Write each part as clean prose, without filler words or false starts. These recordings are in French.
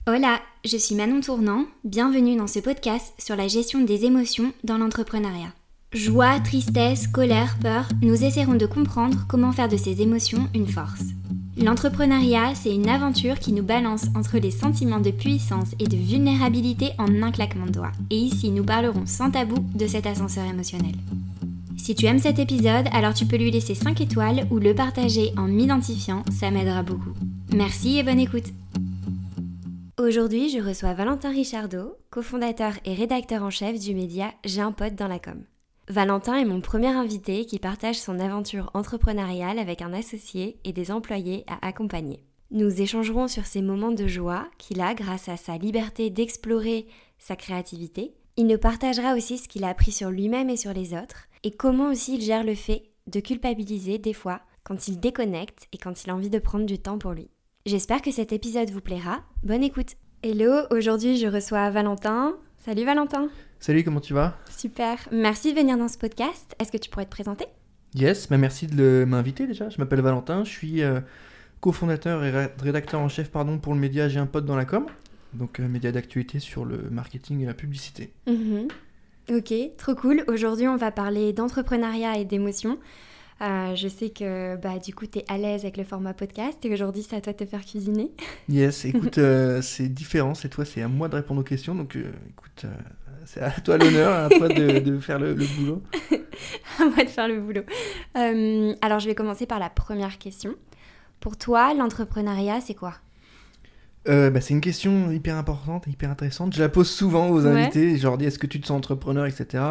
Hola, je suis Manon Tournant, bienvenue dans ce podcast sur la gestion des émotions dans l'entrepreneuriat. Joie, tristesse, colère, peur, nous essaierons de comprendre comment faire de ces émotions une force. L'entrepreneuriat, c'est une aventure qui nous balance entre les sentiments de puissance et de vulnérabilité en un claquement de doigts. Et ici, nous parlerons sans tabou de cet ascenseur émotionnel. Si tu aimes cet épisode, alors tu peux lui laisser 5 étoiles ou le partager en m'identifiant, ça m'aidera beaucoup. Merci et bonne écoute. Aujourd'hui, je reçois Valentin Richardot, cofondateur et rédacteur en chef du média J'ai un pote dans la com. Valentin est mon premier invité qui partage son aventure entrepreneuriale avec un associé et des employés à accompagner. Nous échangerons sur ces moments de joie qu'il a grâce à sa liberté d'explorer sa créativité. Il nous partagera aussi ce qu'il a appris sur lui-même et sur les autres et comment aussi il gère le fait de culpabiliser des fois quand il déconnecte et quand il a envie de prendre du temps pour lui. J'espère que cet épisode vous plaira. Bonne écoute. Hello, aujourd'hui je reçois Valentin. Salut Valentin. Salut, comment tu vas ? Super, merci de venir dans ce podcast. Est-ce que tu pourrais te présenter ? Yes, merci de m'inviter déjà. Je m'appelle Valentin, je suis cofondateur et rédacteur en chef pour le média J'ai un pote dans la com. Donc média d'actualité sur le marketing et la publicité. Ok, trop cool. Aujourd'hui on va parler d'entrepreneuriat et d'émotions. Je sais que du coup, tu es à l'aise avec le format podcast et aujourd'hui, c'est à toi de te faire cuisiner. Yes, écoute, c'est différent. Cette fois, c'est à moi de répondre aux questions. Donc, écoute, c'est à toi l'honneur, à toi de faire le boulot. À moi de faire le boulot. Alors, je vais commencer par la première question. Pour toi, l'entrepreneuriat, c'est quoi ? C'est une question hyper importante, hyper intéressante. Je la pose souvent aux invités. Je leur dis, est-ce que tu te sens entrepreneur, etc.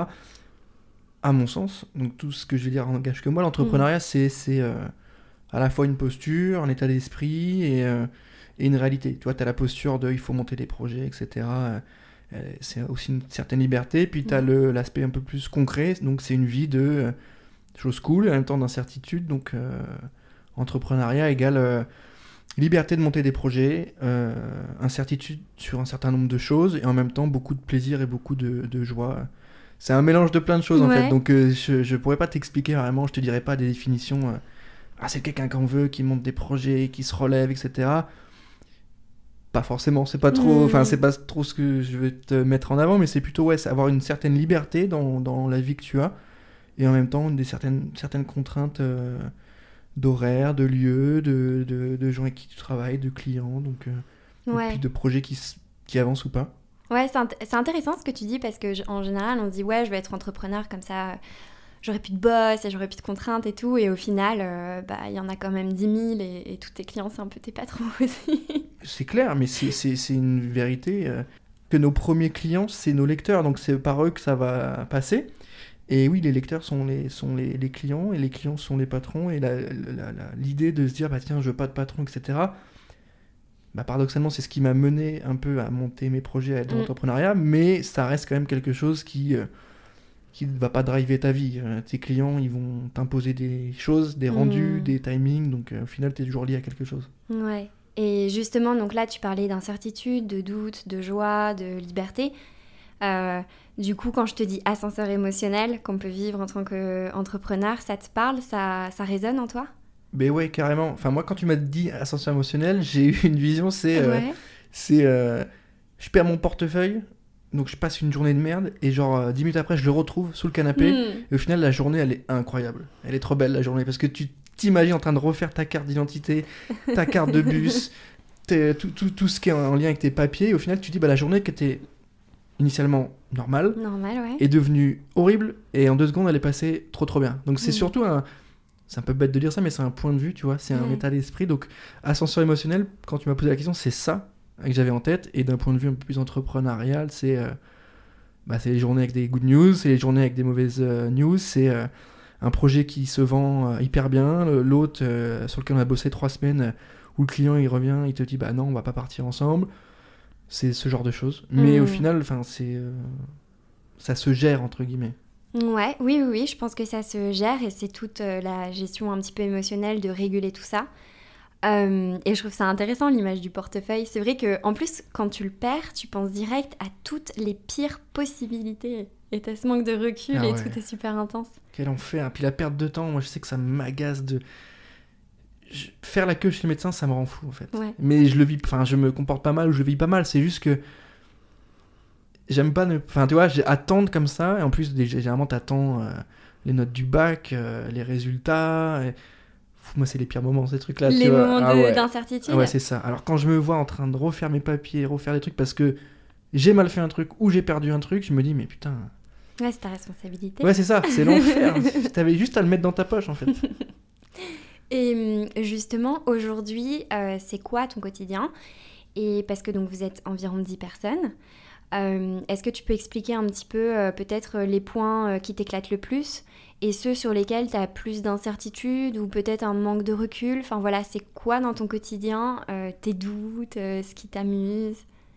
À mon sens, donc tout ce que je vais dire n'engage que moi, l'entrepreneuriat c'est à la fois une posture, un état d'esprit et une réalité. Tu vois, tu as la posture de il faut monter des projets, etc. C'est aussi une certaine liberté. Puis tu as l'aspect un peu plus concret, donc c'est une vie de choses cool et en même temps d'incertitude. Donc entrepreneuriat égale liberté de monter des projets, incertitude sur un certain nombre de choses et en même temps beaucoup de plaisir et beaucoup de joie. C'est un mélange de plein de choses en fait, donc je pourrais pas t'expliquer vraiment, je te dirais pas des définitions. C'est quelqu'un qu'on veut, qui monte des projets, qui se relève, etc. Pas forcément, c'est pas trop, c'est pas trop ce que je veux te mettre en avant, mais c'est plutôt c'est avoir une certaine liberté dans la vie que tu as et en même temps certaines contraintes d'horaire, de lieu, de gens avec qui tu travailles, de clients, donc et puis de projets qui avancent ou pas. Ouais, c'est intéressant ce que tu dis parce qu'en général, on se dit « ouais, je vais être entrepreneur comme ça, j'aurai plus de boss, j'aurai plus de contraintes et tout ». Et au final, y en a quand même 10 000 et tous tes clients, c'est un peu tes patrons aussi. C'est clair, mais c'est une vérité que nos premiers clients, c'est nos lecteurs. Donc c'est par eux que ça va passer. Et oui, les lecteurs sont les clients et les clients sont les patrons. Et l'idée de se dire « tiens, je veux pas de patron, etc. » paradoxalement, c'est ce qui m'a mené un peu à monter mes projets dans l'entrepreneuriat, mais ça reste quand même quelque chose qui ne va pas driver ta vie. Tes clients, ils vont t'imposer des choses, des rendus, des timings, donc au final, tu es toujours lié à quelque chose. Ouais, et justement, donc là, tu parlais d'incertitude, de doute, de joie, de liberté. Du coup, quand je te dis ascenseur émotionnel qu'on peut vivre en tant qu'entrepreneur, ça te parle, ça résonne en toi ? Ben ouais, carrément. Enfin, moi, quand tu m'as dit ascenseur émotionnel, j'ai eu une vision, je perds mon portefeuille, donc je passe une journée de merde, et 10 minutes après, je le retrouve sous le canapé, et au final, la journée, elle est incroyable. Elle est trop belle, la journée, parce que tu t'imagines en train de refaire ta carte d'identité, ta carte de bus, tout ce qui est en lien avec tes papiers, et au final, tu dis, la journée qui était initialement normale, est devenue horrible, et en 2 secondes, elle est passée trop bien. Donc c'est surtout c'est un peu bête de dire ça, mais c'est un point de vue, tu vois, c'est un état d'esprit. Donc, ascenseur émotionnel, quand tu m'as posé la question, c'est ça que j'avais en tête. Et d'un point de vue un peu plus entrepreneurial, c'est les journées avec des good news, c'est les journées avec des mauvaises news, c'est un projet qui se vend hyper bien, l'autre sur lequel on a bossé 3 semaines, où le client il revient, il te dit non, on va pas partir ensemble. C'est ce genre de choses. Mais au final, ça se gère, entre guillemets. Ouais, oui, je pense que ça se gère et c'est toute la gestion un petit peu émotionnelle de réguler tout ça. Et je trouve ça intéressant l'image du portefeuille. C'est vrai qu'en plus, quand tu le perds, tu penses direct à toutes les pires possibilités. Et t'as ce manque de recul tout est super intense. Quel enfer. Puis la perte de temps, moi je sais que ça m'agace de... faire la queue chez le médecin, ça me rend fou en fait. Ouais. Mais je me comporte pas mal ou je vis pas mal. C'est juste que j'aime pas enfin tu vois, attendre comme ça, et en plus généralement t'attends les notes du bac, les résultats, moi c'est les pires moments ces trucs là, les tu vois. moments d'incertitude. Ouais, c'est ça. Alors quand je me vois en train de refaire mes papiers, refaire des trucs parce que j'ai mal fait un truc ou j'ai perdu un truc, je me dis mais putain. Ouais, c'est ta responsabilité. Ouais, c'est ça, c'est l'enfer. T'avais juste à le mettre dans ta poche en fait. Et justement, aujourd'hui, c'est quoi ton quotidien ? Et parce que donc vous êtes environ 10 personnes. Est-ce que tu peux expliquer un petit peu peut-être les points qui t'éclatent le plus et ceux sur lesquels tu as plus d'incertitude ou peut-être un manque de recul ? Enfin voilà, c'est quoi dans ton quotidien tes doutes, ce qui t'amuse ?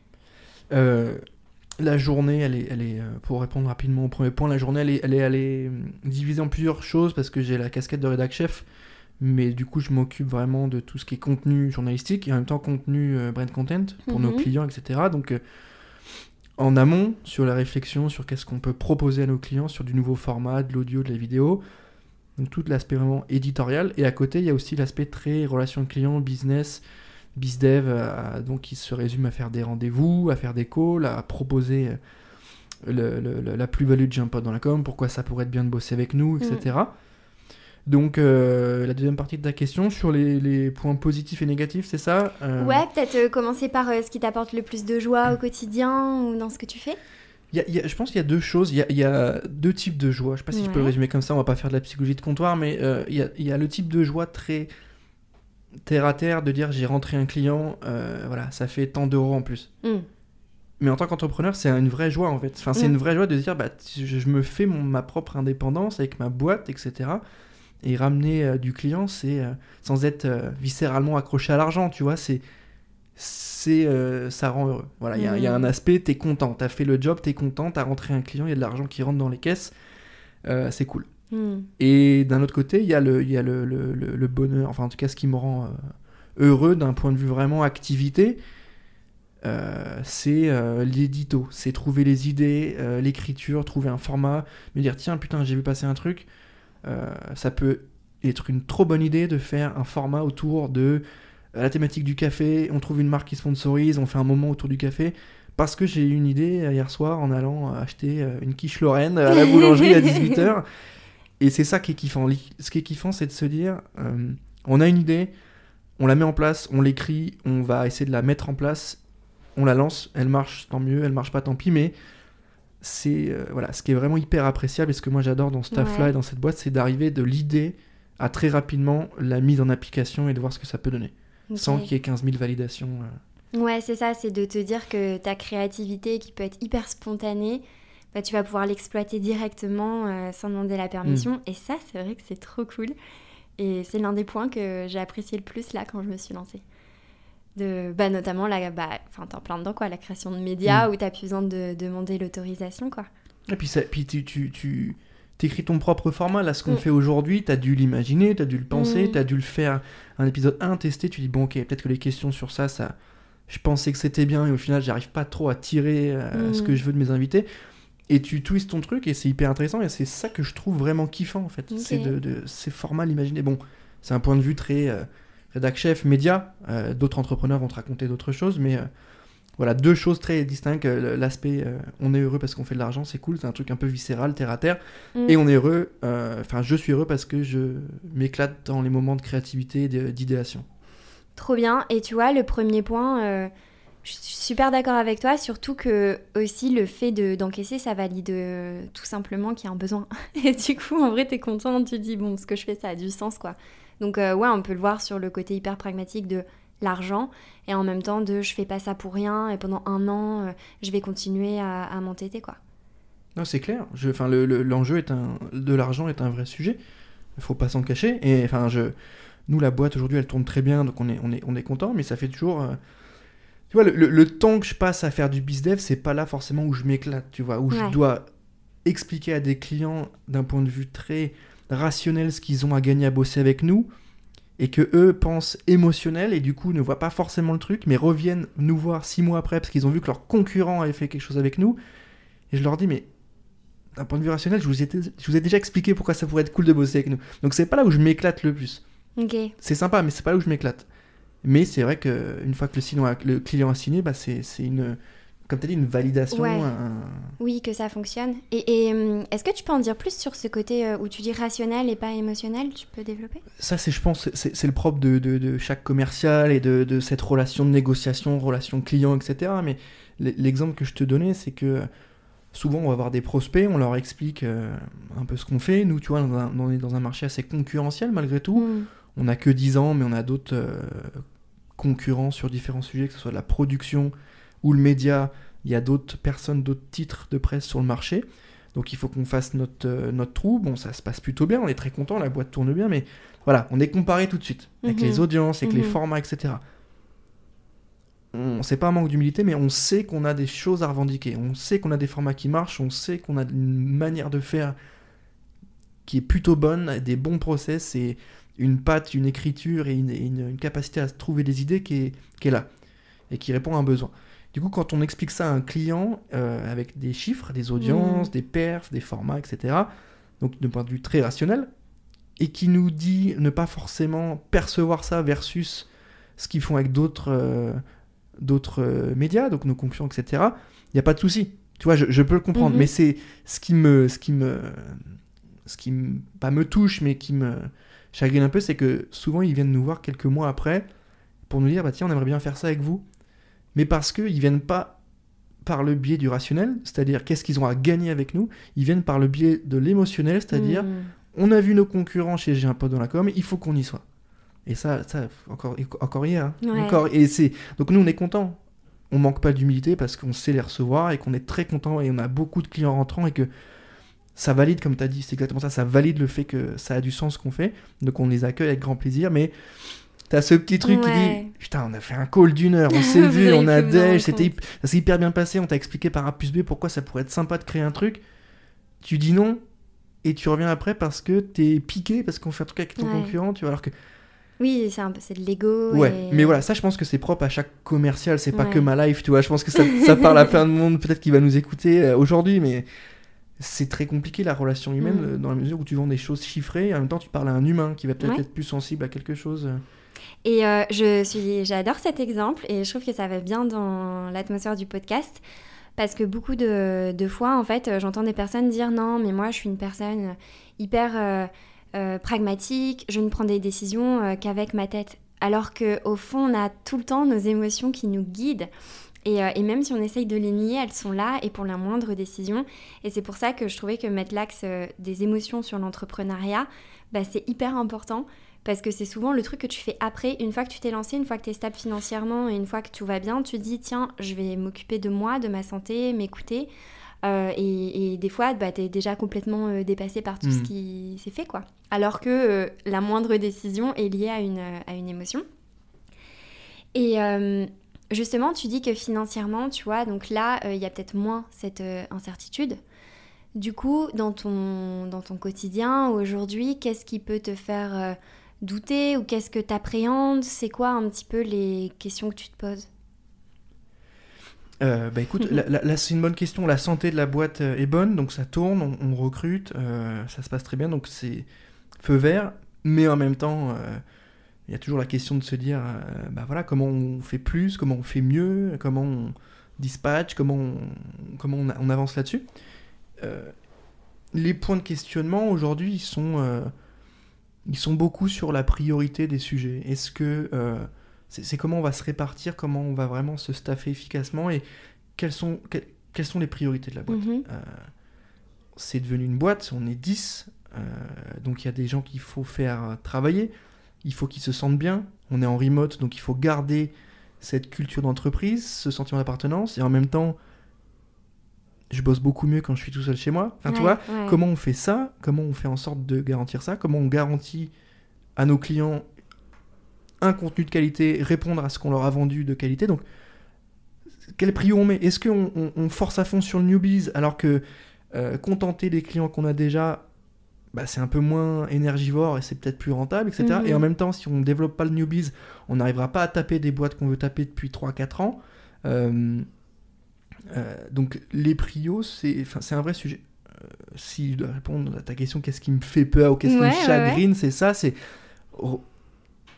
La journée, elle est pour répondre rapidement au premier point, la journée, elle est divisée en plusieurs choses parce que j'ai la casquette de rédac chef, mais du coup, je m'occupe vraiment de tout ce qui est contenu journalistique et en même temps contenu brand content pour nos clients, etc. Donc, en amont, sur la réflexion, sur qu'est-ce qu'on peut proposer à nos clients, sur du nouveau format, de l'audio, de la vidéo, donc tout l'aspect vraiment éditorial. Et à côté, il y a aussi l'aspect très relation client, business, bizdev, donc qui se résume à faire des rendez-vous, à faire des calls, à proposer la plus-value de Jumpod dans la com, pourquoi ça pourrait être bien de bosser avec nous, etc. Donc la deuxième partie de ta question sur les points positifs et négatifs, c'est ça Ouais, peut-être commencer par ce qui t'apporte le plus de joie au quotidien ou dans ce que tu fais. Je pense qu'il y a deux choses, il y a deux types de joie, je sais pas si je peux le résumer comme ça, on va pas faire de la psychologie de comptoir, mais il y a le type de joie très terre à terre de dire j'ai rentré un client, voilà, ça fait tant d'euros en plus. Mais en tant qu'entrepreneur, c'est une vraie joie en fait. Enfin, c'est une vraie joie de se dire bah, je me fais ma propre indépendance avec ma boîte, etc. Et ramener du client, c'est sans être viscéralement accroché à l'argent, tu vois, ça rend heureux. Voilà, il y a un aspect, t'es content, t'as fait le job, t'es content, t'as rentré un client, il y a de l'argent qui rentre dans les caisses, c'est cool. Et d'un autre côté, il y a le bonheur, enfin en tout cas ce qui me rend heureux d'un point de vue vraiment activité, c'est l'édito, c'est trouver les idées, l'écriture, trouver un format, me dire tiens putain j'ai vu passer un truc, ça peut être une trop bonne idée de faire un format autour de la thématique du café, on trouve une marque qui sponsorise, on fait un moment autour du café, parce que j'ai eu une idée hier soir en allant acheter une quiche Lorraine à la boulangerie à 18h. Et c'est ça qui est kiffant. Ce qui est kiffant, c'est de se dire, on a une idée, on la met en place, on l'écrit, on va essayer de la mettre en place, on la lance, elle marche, tant mieux, elle marche pas, tant pis, mais c'est voilà, ce qui est vraiment hyper appréciable et ce que moi j'adore dans ce taf-là et dans cette boîte, c'est d'arriver de l'idée à très rapidement la mise en application et de voir ce que ça peut donner, sans qu'il y ait 15 000 validations. Ouais, c'est ça, c'est de te dire que ta créativité qui peut être hyper spontanée, bah, tu vas pouvoir l'exploiter directement sans demander la permission. Et ça, c'est vrai que c'est trop cool. Et c'est l'un des points que j'ai apprécié le plus là quand je me suis lancée. Notamment, t'es en plein dedans, quoi, la création de médias où t'as plus besoin de demander l'autorisation, quoi. Et puis tu t'écris ton propre format. Là, ce qu'on fait aujourd'hui, t'as dû l'imaginer, t'as dû le penser, t'as dû le faire un épisode 1, tester. Tu dis, bon, ok, peut-être que les questions sur ça, je pensais que c'était bien et au final, j'arrive pas trop à tirer ce que je veux de mes invités. Et tu twists ton truc et c'est hyper intéressant et c'est ça que je trouve vraiment kiffant en fait. C'est de ces formats l'imaginer. Bon, c'est un point de vue très rédac chef, média. D'autres entrepreneurs vont te raconter d'autres choses, mais voilà, deux choses très distinctes. L'aspect on est heureux parce qu'on fait de l'argent, c'est cool, c'est un truc un peu viscéral, terre à terre. Et on est heureux, je suis heureux parce que je m'éclate dans les moments de créativité et d'idéation. Trop bien. Et tu vois, le premier point... Je suis super d'accord avec toi, surtout que aussi le fait d'encaisser, ça valide tout simplement qu'il y a un besoin. Et du coup, en vrai, t'es content, tu te dis, bon, ce que je fais, ça a du sens, quoi. Donc on peut le voir sur le côté hyper pragmatique de l'argent, et en même temps de je fais pas ça pour rien, et pendant 1 an, je vais continuer à m'entêter, quoi. Non, c'est clair. L'enjeu de l'argent est un vrai sujet. Il faut pas s'en cacher. Et nous, la boîte, aujourd'hui, elle tourne très bien, donc on est content, mais ça fait toujours... Tu vois, le temps que je passe à faire du bizdev, c'est pas là forcément où je m'éclate, tu vois, où je dois expliquer à des clients d'un point de vue très rationnel ce qu'ils ont à gagner à bosser avec nous, et que eux pensent émotionnel, et du coup ne voient pas forcément le truc, mais reviennent nous voir 6 mois après, parce qu'ils ont vu que leur concurrent avait fait quelque chose avec nous, et je leur dis, mais d'un point de vue rationnel, je vous ai déjà expliqué pourquoi ça pourrait être cool de bosser avec nous. Donc c'est pas là où je m'éclate le plus. Ok. C'est sympa, mais c'est pas là où je m'éclate. Mais c'est vrai qu'une fois que le client a signé, bah c'est une, comme tu as dit, une validation. Ouais. Oui, que ça fonctionne. Et est-ce que tu peux en dire plus sur ce côté où tu dis rationnel et pas émotionnel? Tu peux développer? Ça, je pense, c'est le propre de chaque commercial et de cette relation de négociation, relation client, etc. Mais l'exemple que je te donnais, c'est que souvent, on va avoir des prospects, on leur explique un peu ce qu'on fait. Nous, tu vois, on est dans un marché assez concurrentiel malgré tout. On n'a que 10 ans, mais on a d'autres concurrents sur différents sujets, que ce soit de la production ou le média. Il y a d'autres personnes, d'autres titres de presse sur le marché. Donc il faut qu'on fasse notre trou. Bon, ça se passe plutôt bien, on est très content, la boîte tourne bien, mais voilà, on est comparé tout de suite avec les audiences, avec les formats, etc. C'est pas un manque d'humilité, mais on sait qu'on a des choses à revendiquer. On sait qu'on a des formats qui marchent, on sait qu'on a une manière de faire qui est plutôt bonne, des bons process et une patte, une écriture et une capacité à trouver des idées qui est là et qui répond à un besoin. Du coup, quand on explique ça à un client avec des chiffres, des audiences, des perfs, des formats, etc., donc d'un point de vue très rationnel, et qui nous dit ne pas forcément percevoir ça versus ce qu'ils font avec d'autres médias, donc nos concurrents, etc., il n'y a pas de souci. Tu vois, je peux le comprendre, mais c'est ce qui pas me touche, mais qui me chagrine un peu, c'est que souvent ils viennent nous voir quelques mois après pour nous dire bah tiens, on aimerait bien faire ça avec vous, mais parce qu'ils viennent pas par le biais du rationnel, c'est-à-dire qu'est-ce qu'ils ont à gagner avec nous, ils viennent par le biais de l'émotionnel, c'est-à-dire on a vu nos concurrents chez J'ai un pote dans la com, il faut qu'on y soit. Et ça encore hier, hein. Donc nous on est contents, on manque pas d'humilité parce qu'on sait les recevoir et qu'on est très contents et on a beaucoup de clients rentrants et que ça valide, comme tu as dit, c'est exactement ça, ça valide le fait que ça a du sens ce qu'on fait, donc on les accueille avec grand plaisir, mais t'as ce petit truc qui dit putain, on a fait un call d'1 heure, on s'est vu, on a déj, ça s'est hyper bien passé, on t'a expliqué par A plus B pourquoi ça pourrait être sympa de créer un truc, tu dis non et tu reviens après parce que t'es piqué parce qu'on fait un truc avec ton concurrent, tu vois, alors que oui, c'est de l'ego. Mais voilà, ça je pense que c'est propre à chaque commercial, c'est pas que ma life, tu vois, je pense que ça parle à plein de monde peut-être qui va nous écouter aujourd'hui, mais c'est très compliqué la relation humaine dans la mesure où tu vends des choses chiffrées et en même temps tu parles à un humain qui va peut-être être plus sensible à quelque chose. Et j'adore cet exemple et je trouve que ça va bien dans l'atmosphère du podcast parce que beaucoup de fois en fait j'entends des personnes dire non mais moi je suis une personne hyper pragmatique, je ne prends des décisions qu'avec ma tête, alors qu'au fond on a tout le temps nos émotions qui nous guident. Et même si on essaye de les nier, elles sont là et pour la moindre décision. Et c'est pour ça que je trouvais que mettre l'axe des émotions sur l'entrepreneuriat, bah, c'est hyper important parce que c'est souvent le truc que tu fais après, une fois que tu t'es lancé, une fois que tu es stable financièrement et une fois que tout va bien, tu te dis tiens, je vais m'occuper de moi, de ma santé, m'écouter. Et des fois, bah, tu es déjà complètement dépassé par tout ce qui s'est fait, quoi. Alors que la moindre décision est liée à une émotion. Et justement, tu dis que financièrement, tu vois, donc là, il y a peut-être moins cette incertitude. Du coup, dans ton quotidien, aujourd'hui, qu'est-ce qui peut te faire douter ou qu'est-ce que tu appréhendes? C'est quoi un petit peu les questions que tu te poses? Bah écoute, là c'est une bonne question. La santé de la boîte est bonne, donc ça tourne, on recrute, ça se passe très bien, donc c'est feu vert, mais en même temps... il y a toujours la question de se dire bah voilà, comment on fait plus, comment on fait mieux, comment on dispatche, comment on avance là-dessus. Les points de questionnement aujourd'hui, ils sont beaucoup sur la priorité des sujets. Est-ce que c'est comment on va se répartir, comment on va vraiment se staffer efficacement et quelles sont les priorités de la boîte. C'est devenu une boîte, on est 10, donc il y a des gens qu'il faut faire travailler. Il faut qu'ils se sentent bien, on est en remote, donc il faut garder cette culture d'entreprise, ce sentiment d'appartenance, et en même temps, je bosse beaucoup mieux quand je suis tout seul chez moi. Enfin, tu vois, comment on fait ça, comment on fait en sorte de garantir ça, comment on garantit à nos clients un contenu de qualité, répondre à ce qu'on leur a vendu de qualité. Donc, quel prio on met? Est-ce qu'on force à fond sur le newbies, alors que contenter les clients qu'on a déjà... bah, c'est un peu moins énergivore et c'est peut-être plus rentable, etc. Et en même temps, si on ne développe pas le newbies, on n'arrivera pas à taper des boîtes qu'on veut taper depuis 3-4 ans. Donc les prios, c'est un vrai sujet. Si je dois répondre à ta question, qu'est-ce qui me fait peur ou qu'est-ce qui me chagrine, c'est ça, c'est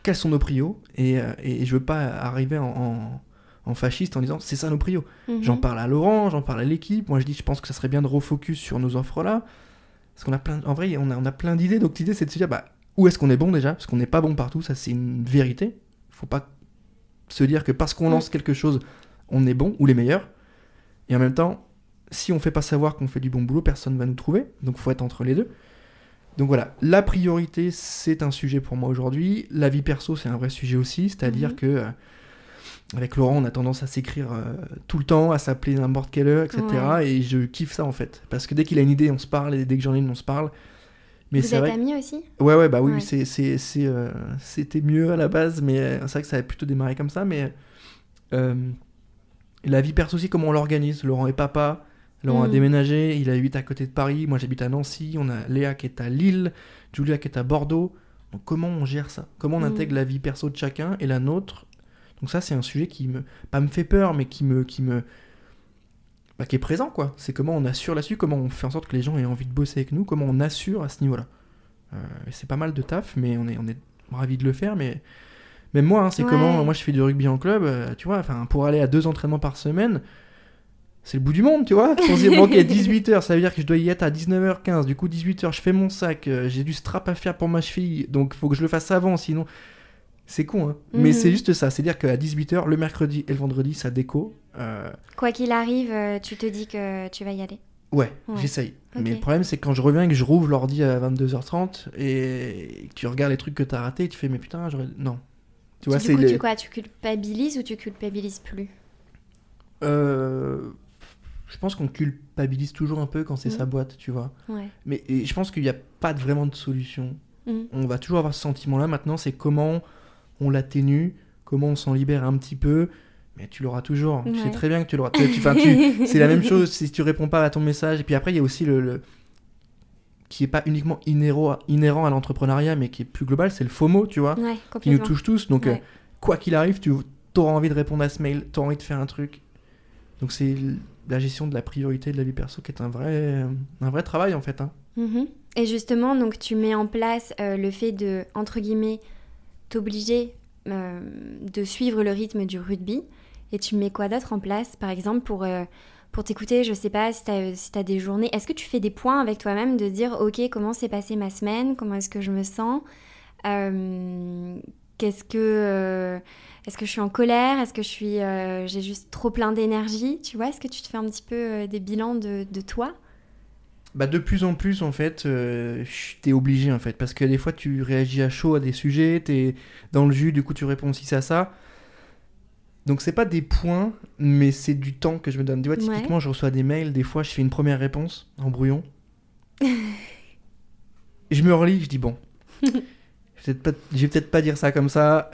quels sont nos prios, et je veux pas arriver en fasciste en disant c'est ça nos prios. J'en parle à Laurent, j'en parle à l'équipe, moi je dis je pense que ça serait bien de refocus sur nos offres là, parce qu'on a en vrai on a plein d'idées, donc l'idée c'est de se dire où est-ce qu'on est bon déjà, parce qu'on n'est pas bon partout, ça c'est une vérité. Faut pas se dire que parce qu'on lance quelque chose on est bon ou les meilleurs, et en même temps si on fait pas savoir qu'on fait du bon boulot, personne va nous trouver, donc faut être entre les deux. Donc voilà, la priorité c'est un sujet pour moi aujourd'hui, la vie perso c'est un vrai sujet aussi, c'est-à-dire que avec Laurent on a tendance à s'écrire tout le temps, à s'appeler n'importe quelle heure, etc. Et je kiffe ça en fait, parce que dès qu'il a une idée on se parle, et dès que j'en ai une on se parle. Mais vous êtes amis aussi ? Ouais, bah oui, c'était mieux à la base, mais c'est vrai que ça avait plutôt démarré comme ça, mais la vie perso aussi, comment on l'organise. Laurent est papa, Laurent a déménagé, il habite à côté de Paris, moi j'habite à Nancy, on a Léa qui est à Lille, Julia qui est à Bordeaux. Donc comment on gère ça ? Comment on intègre la vie perso de chacun et la nôtre ? Donc ça c'est un sujet qui me fait peur, mais qui est présent quoi. C'est comment on assure là-dessus, comment on fait en sorte que les gens aient envie de bosser avec nous, comment on assure à ce niveau-là. C'est pas mal de taf, mais on est ravis de le faire, mais même moi, c'est comment, moi je fais du rugby en club, tu vois, pour aller à 2 entraînements par semaine, c'est le bout du monde, tu vois. Pour dire, ok, 18h, ça veut dire que je dois y être à 19h15, du coup 18h, je fais mon sac, j'ai du strap à faire pour ma cheville, donc faut que je le fasse avant, sinon... C'est con, hein. Mais c'est juste ça, c'est-à-dire qu'à 18h, le mercredi et le vendredi, ça déco. Quoi qu'il arrive, tu te dis que tu vas y aller ? Ouais, j'essaye. Okay. Mais le problème, c'est que quand je reviens et que je rouvre l'ordi à 22h30 et que tu regardes les trucs que t'as ratés, tu fais, mais putain, non. Tu vois, du coup, tu culpabilises ou tu culpabilises plus ? Je pense qu'on culpabilise toujours un peu quand c'est sa boîte, tu vois. Ouais. Mais je pense qu'il n'y a pas vraiment de solution. On va toujours avoir ce sentiment-là. Maintenant, c'est comment on l'atténue, comment on s'en libère un petit peu, mais tu l'auras toujours. Tu sais très bien que tu l'auras. C'est la même chose si tu réponds pas à ton message. Et puis après, il y a aussi le qui est pas uniquement inhérent à l'entrepreneuriat, mais qui est plus global, c'est le FOMO, tu vois, qui nous touche tous. Donc, quoi qu'il arrive, tu auras envie de répondre à ce mail, tu auras envie de faire un truc. Donc, c'est la gestion de la priorité de la vie perso qui est un vrai travail, en fait. Hein. Et justement, donc, tu mets en place le fait de, entre guillemets, t'obliger de suivre le rythme du rugby, et tu mets quoi d'autre en place, par exemple, pour t'écouter, je sais pas, si t'as des journées, est-ce que tu fais des points avec toi-même de dire, ok, comment s'est passée ma semaine, comment est-ce que je me sens, est-ce que je suis en colère, est-ce que j'ai juste trop plein d'énergie, tu vois, est-ce que tu te fais un petit peu des bilans de toi ? De plus en plus, en fait, t'es obligé, en fait, parce que des fois, tu réagis à chaud à des sujets, t'es dans le jus, du coup, tu réponds aussi à ça. Donc, c'est pas des points, mais c'est du temps que je me donne. Tu vois, typiquement, je reçois des mails, des fois, je fais une première réponse en brouillon. Je me relis, je dis, bon, je vais peut-être pas dire ça comme ça.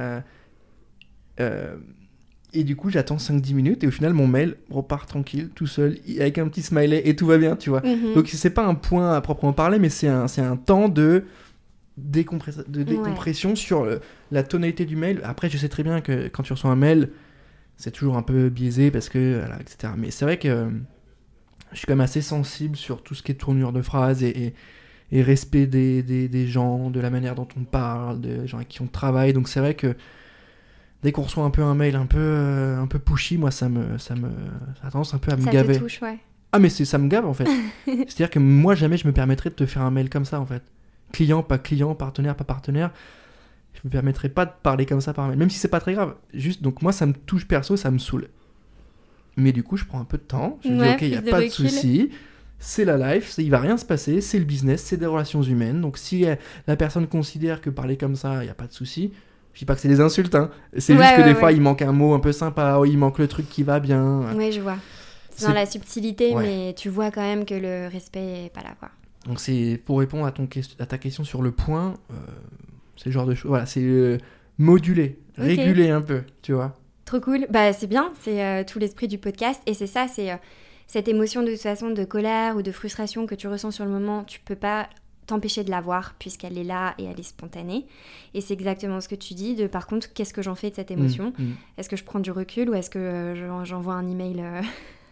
Et du coup, j'attends 5-10 minutes et au final, mon mail repart tranquille, tout seul, avec un petit smiley et tout va bien, tu vois. Donc, c'est pas un point à proprement parler, mais c'est un temps de décompression sur la tonalité du mail. Après, je sais très bien que quand tu reçois un mail, c'est toujours un peu biaisé parce que, voilà, etc. Mais c'est vrai que je suis quand même assez sensible sur tout ce qui est tournure de phrases et respect des gens, de la manière dont on parle, des gens avec qui on travaille. Donc, c'est vrai que dès qu'on reçoit un peu un mail un peu pushy, moi ça a tendance un peu à me gaver. Ça te touche, ouais. Ah mais ça me gave en fait. C'est-à-dire que moi jamais je me permettrais de te faire un mail comme ça en fait. Client, pas client, partenaire, pas partenaire. Je me permettrais pas de parler comme ça par mail, même si c'est pas très grave. Juste donc moi ça me touche perso, ça me saoule. Mais du coup je prends un peu de temps, je me dis ok, il y a pas de souci. C'est la life, il va rien se passer, c'est le business, c'est des relations humaines. Donc si la personne considère que parler comme ça, il y a pas de souci. Je dis pas que c'est des insultes, hein. C'est juste que des fois, il manque un mot un peu sympa, il manque le truc qui va bien. Oui, je vois. C'est dans la subtilité, mais tu vois quand même que le respect est pas là, quoi. Donc, c'est pour répondre à ta question sur le point, c'est le genre de choses. Voilà, c'est moduler, réguler un peu, tu vois. Trop cool. C'est bien, c'est tout l'esprit du podcast. Et c'est ça, c'est cette émotion de toute façon de colère ou de frustration que tu ressens sur le moment, tu peux pas t'empêcher de la voir puisqu'elle est là et elle est spontanée. Et c'est exactement ce que tu dis par contre, qu'est-ce que j'en fais de cette émotion ? Est-ce que je prends du recul ou est-ce que j'envoie un email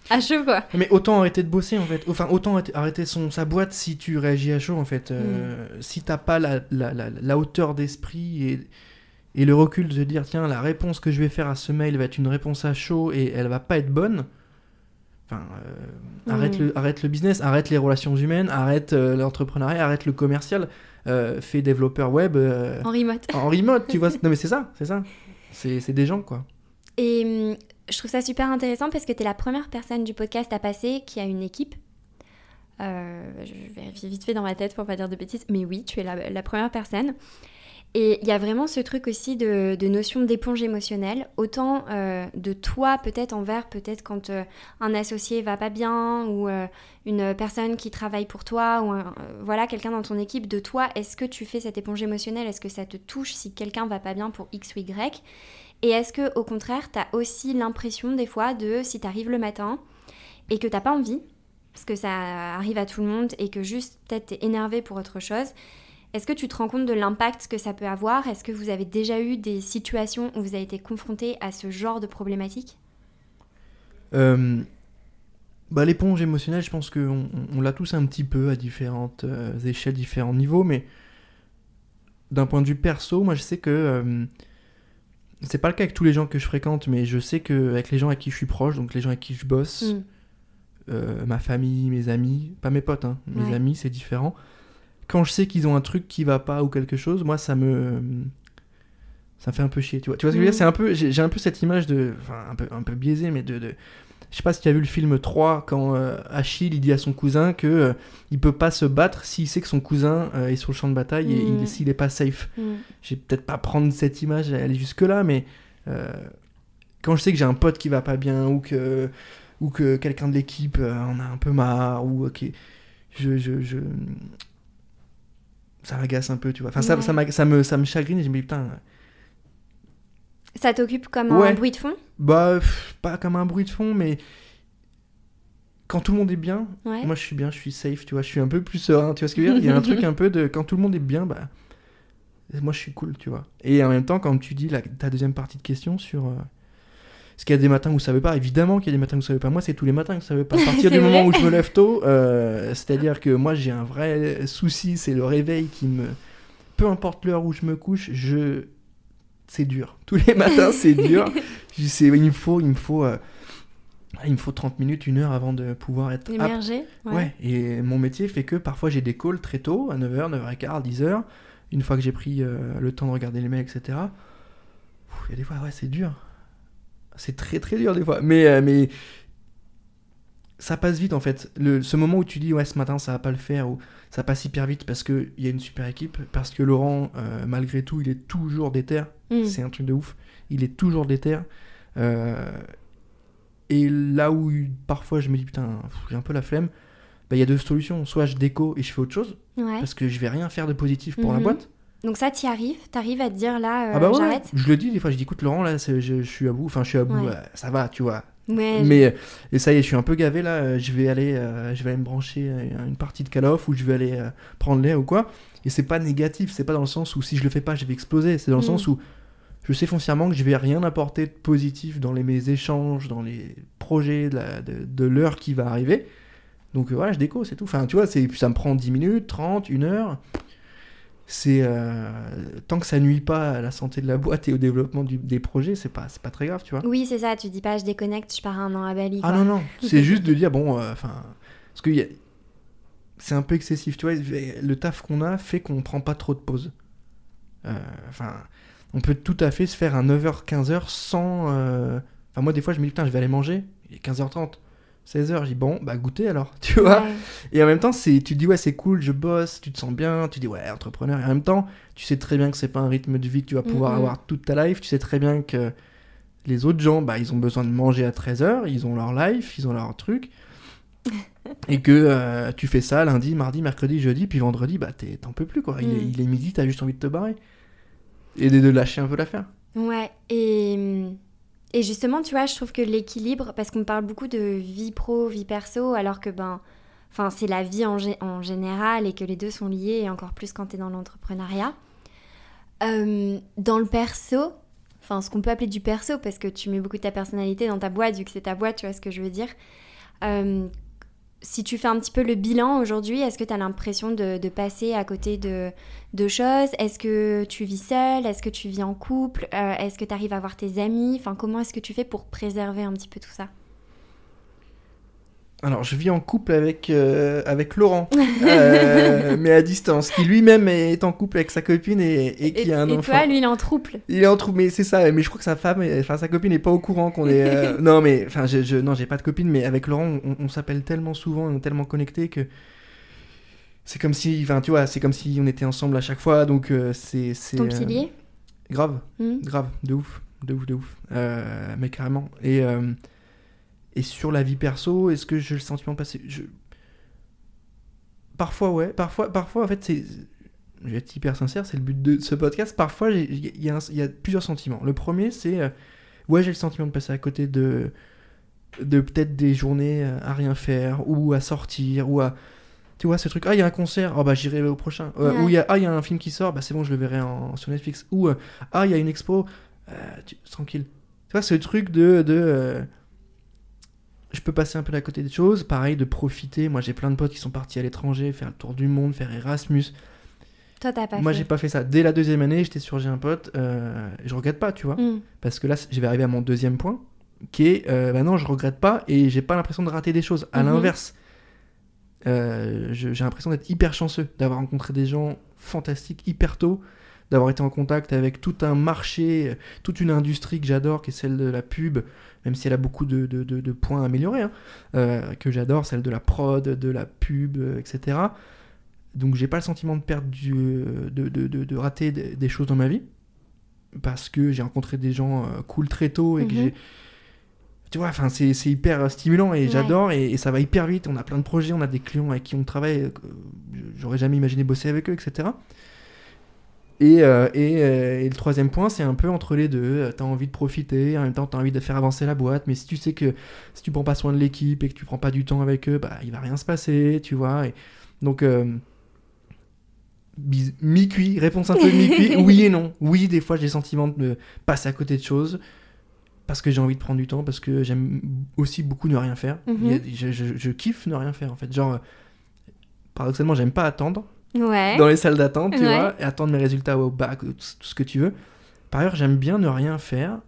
À chaud, quoi. Mais autant arrêter de bosser, en fait. Enfin, autant arrêter sa boîte si tu réagis à chaud, en fait. Si t'as pas la hauteur d'esprit et le recul de te dire, tiens, la réponse que je vais faire à ce mail va être une réponse à chaud et elle va pas être bonne. Enfin, arrête le business, arrête les relations humaines, arrête l'entrepreneuriat, arrête le commercial, fais développeur web. En remote. En remote, tu vois. Non, mais c'est ça. C'est des gens, quoi. Et je trouve ça super intéressant parce que tu es la première personne du podcast à passer qui a une équipe. Je vérifie vite fait dans ma tête pour pas dire de bêtises, mais oui, tu es la première personne. Et il y a vraiment ce truc aussi de notion d'éponge émotionnelle, autant de toi peut-être envers, peut-être quand un associé va pas bien ou une personne qui travaille pour toi ou voilà, quelqu'un dans ton équipe, de toi, est-ce que tu fais cette éponge émotionnelle, est-ce que ça te touche si quelqu'un va pas bien pour X ou Y ? Et est-ce que au contraire, t'as aussi l'impression des fois de, si t'arrives le matin et que t'as pas envie, parce que ça arrive à tout le monde et que juste peut-être t'es énervé pour autre chose, est-ce que tu te rends compte de l'impact que ça peut avoir ? Est-ce que vous avez déjà eu des situations où vous avez été confrontés à ce genre de problématique ? L'éponge émotionnelle, je pense qu'on l'a tous un petit peu à différentes échelles, différents niveaux, mais d'un point de vue perso, moi je sais que c'est pas le cas avec tous les gens que je fréquente, mais je sais qu'avec les gens avec qui je suis proche, donc les gens avec qui je bosse, ma famille, mes amis, pas mes potes, hein, mes amis, c'est différent. Quand je sais qu'ils ont un truc qui va pas ou quelque chose, moi ça me fait un peu chier, tu vois ce que je veux dire, c'est un peu, j'ai un peu cette image de, enfin un peu biaisée, mais de je sais pas si tu as vu le film 3 quand Achille il dit à son cousin que il peut pas se battre s'il sait que son cousin est sur le champ de bataille et s'il est pas safe. Je vais peut-être pas prendre cette image et aller jusque là, mais quand je sais que j'ai un pote qui va pas bien ou que quelqu'un de l'équipe en a un peu marre ou ok, ça m'agace un peu, tu vois. Enfin ça me chagrine et je me dis putain. Ça t'occupe comme un bruit de fond ? Pas comme un bruit de fond, mais quand tout le monde est bien, moi je suis bien, je suis safe, tu vois, je suis un peu plus serein, tu vois ce que je veux dire ? Il y a un truc un peu de quand tout le monde est bien, moi je suis cool, tu vois. Et en même temps, quand tu dis ta deuxième partie de question sur est-ce qu'il y a des matins où ça veut pas ? Évidemment qu'il y a des matins où ça veut pas. Moi, c'est tous les matins que ça veut pas. À partir du moment où je me lève tôt, c'est-à-dire que moi j'ai un vrai souci, c'est le réveil qui me... Peu importe l'heure où je me couche, c'est dur. Tous les matins, c'est dur. Il me faut 30 minutes, 1 heure avant de pouvoir être immergé. Ouais. Et mon métier fait que parfois j'ai des calls très tôt, à 9h, 9h15, 10h. Une fois que j'ai pris le temps de regarder les mails, etc. Il y a des fois, c'est dur. C'est très très dur des fois. Mais ça passe vite en fait. Ce moment où tu dis ce matin ça va pas le faire, ou ça passe hyper vite parce qu'il y a une super équipe, parce que Laurent, malgré tout, il est toujours déter. C'est un truc de ouf. Il est toujours déter. Et là où parfois je me dis putain, j'ai un peu la flemme, il y a 2 solutions. Soit je déco et je fais autre chose, parce que je vais rien faire de positif pour la boîte. Donc ça, t'arrives à te dire là, j'arrête. Je le dis des fois, je dis écoute Laurent, là je suis à bout, ça va, tu vois. Et ça y est, je suis un peu gavé là, je vais aller me brancher à une partie de Call of, ou je vais aller prendre l'air ou quoi. Et c'est pas négatif, c'est pas dans le sens où si je le fais pas, je vais exploser, c'est dans le sens où je sais foncièrement que je vais rien apporter de positif dans mes échanges, dans les projets de l'heure qui va arriver. Donc voilà, je déco, c'est tout. Enfin, tu vois, ça me prend 10 minutes, 30, 1 heure. C'est tant que ça nuit pas à la santé de la boîte et au développement des projets, c'est pas très grave, tu vois. Oui, c'est ça, tu dis pas je déconnecte, je pars 1 an à Bali, quoi. Ah non, c'est juste de dire parce que c'est un peu excessif, tu vois, le taf qu'on a fait qu'on prend pas trop de pauses. On peut tout à fait se faire un 9h, 15h sans... moi des fois je me dis putain je vais aller manger, il est 15h30. 16h, je dis bon, goûter alors, tu vois. Et en même temps, tu te dis c'est cool, je bosse, tu te sens bien, tu dis entrepreneur. Et en même temps, tu sais très bien que c'est pas un rythme de vie que tu vas pouvoir avoir toute ta life. Tu sais très bien que les autres gens, ils ont besoin de manger à 13h, ils ont leur life, ils ont leur truc. Et que tu fais ça lundi, mardi, mercredi, jeudi, puis vendredi, t'en peux plus, quoi. Il est midi, t'as juste envie de te barrer. Et de lâcher un peu l'affaire. Ouais, et justement, tu vois, je trouve que l'équilibre, parce qu'on parle beaucoup de vie pro, vie perso, alors que c'est la vie en général et que les deux sont liés, et encore plus quand t'es dans l'entrepreneuriat. Dans le perso, ce qu'on peut appeler du perso, parce que tu mets beaucoup de ta personnalité dans ta boîte, vu que c'est ta boîte, tu vois ce que je veux dire. Si tu fais un petit peu le bilan aujourd'hui, est-ce que tu as l'impression de passer à côté de choses ? Est-ce que tu vis seule ? Est-ce que tu vis en couple ? Est-ce que tu arrives à voir tes amis ? Enfin, comment est-ce que tu fais pour préserver un petit peu tout ça ? Alors, je vis en couple avec Laurent, mais à distance, qui lui-même est en couple avec sa copine et qui a un enfant. Et toi, lui, il est en trouble. Il est en trouble, mais c'est ça. Mais je crois que sa copine n'est pas au courant qu'on est... Non, mais enfin, non, j'ai pas de copine, mais avec Laurent, on s'appelle tellement souvent, on est tellement connectés que c'est comme si, enfin, tu vois, c'est comme si on était ensemble à chaque fois. Donc c'est ton pilier. Grave, grave, de ouf. Mais carrément. Et sur la vie perso, est-ce que j'ai le sentiment de passer... Parfois, ouais. Parfois, en fait, c'est... Je vais être hyper sincère, c'est le but de ce podcast. Parfois, il y a plusieurs sentiments. Le premier, c'est... ouais, j'ai le sentiment de passer à côté de peut-être des journées à rien faire, ou à sortir, ou à... Tu vois, ce truc, il y a un concert, bah j'irai au prochain. Ou il y a un film qui sort, bah c'est bon, je le verrai sur Netflix. Ou, il y a une expo, tranquille. Tu vois, ce truc je peux passer un peu à côté des choses, pareil, de profiter. Moi, j'ai plein de potes qui sont partis à l'étranger, faire le tour du monde, faire Erasmus. Toi, t'as pas fait. Moi, j'ai pas fait ça. Dès la 2e année, j'étais sur J'ai un pote. Je regrette pas, tu vois. Parce que là, je vais arriver à mon 2e point, qui est, non, je regrette pas et j'ai pas l'impression de rater des choses. À l'inverse, j'ai l'impression d'être hyper chanceux, d'avoir rencontré des gens fantastiques hyper tôt, d'avoir été en contact avec tout un marché, toute une industrie que j'adore, qui est celle de la pub, même si elle a beaucoup de points à améliorer, que j'adore, celle de la prod, de la pub, etc. Donc j'ai pas le sentiment de perdre de rater des choses dans ma vie, parce que j'ai rencontré des gens cool très tôt et que j'ai... Tu vois, enfin, c'est hyper stimulant et j'adore et ça va hyper vite. On a plein de projets, on a des clients avec qui on travaille, j'aurais jamais imaginé bosser avec eux, etc. Et le 3e point, c'est un peu entre les deux. T'as envie de profiter, en même temps t'as envie de faire avancer la boîte, mais si tu sais que si tu prends pas soin de l'équipe et que tu prends pas du temps avec eux, bah il va rien se passer, tu vois. Et donc mi-cuit, réponse un peu mi-cuit, oui et non. Oui, des fois j'ai le sentiment de passer à côté de choses parce que j'ai envie de prendre du temps, parce que j'aime aussi beaucoup ne rien faire. Je kiffe ne rien faire en fait. Genre, paradoxalement, j'aime pas attendre. Dans les salles d'attente, tu vois, et attendre mes résultats au bac, tout ce que tu veux. Par ailleurs, j'aime bien ne rien faire,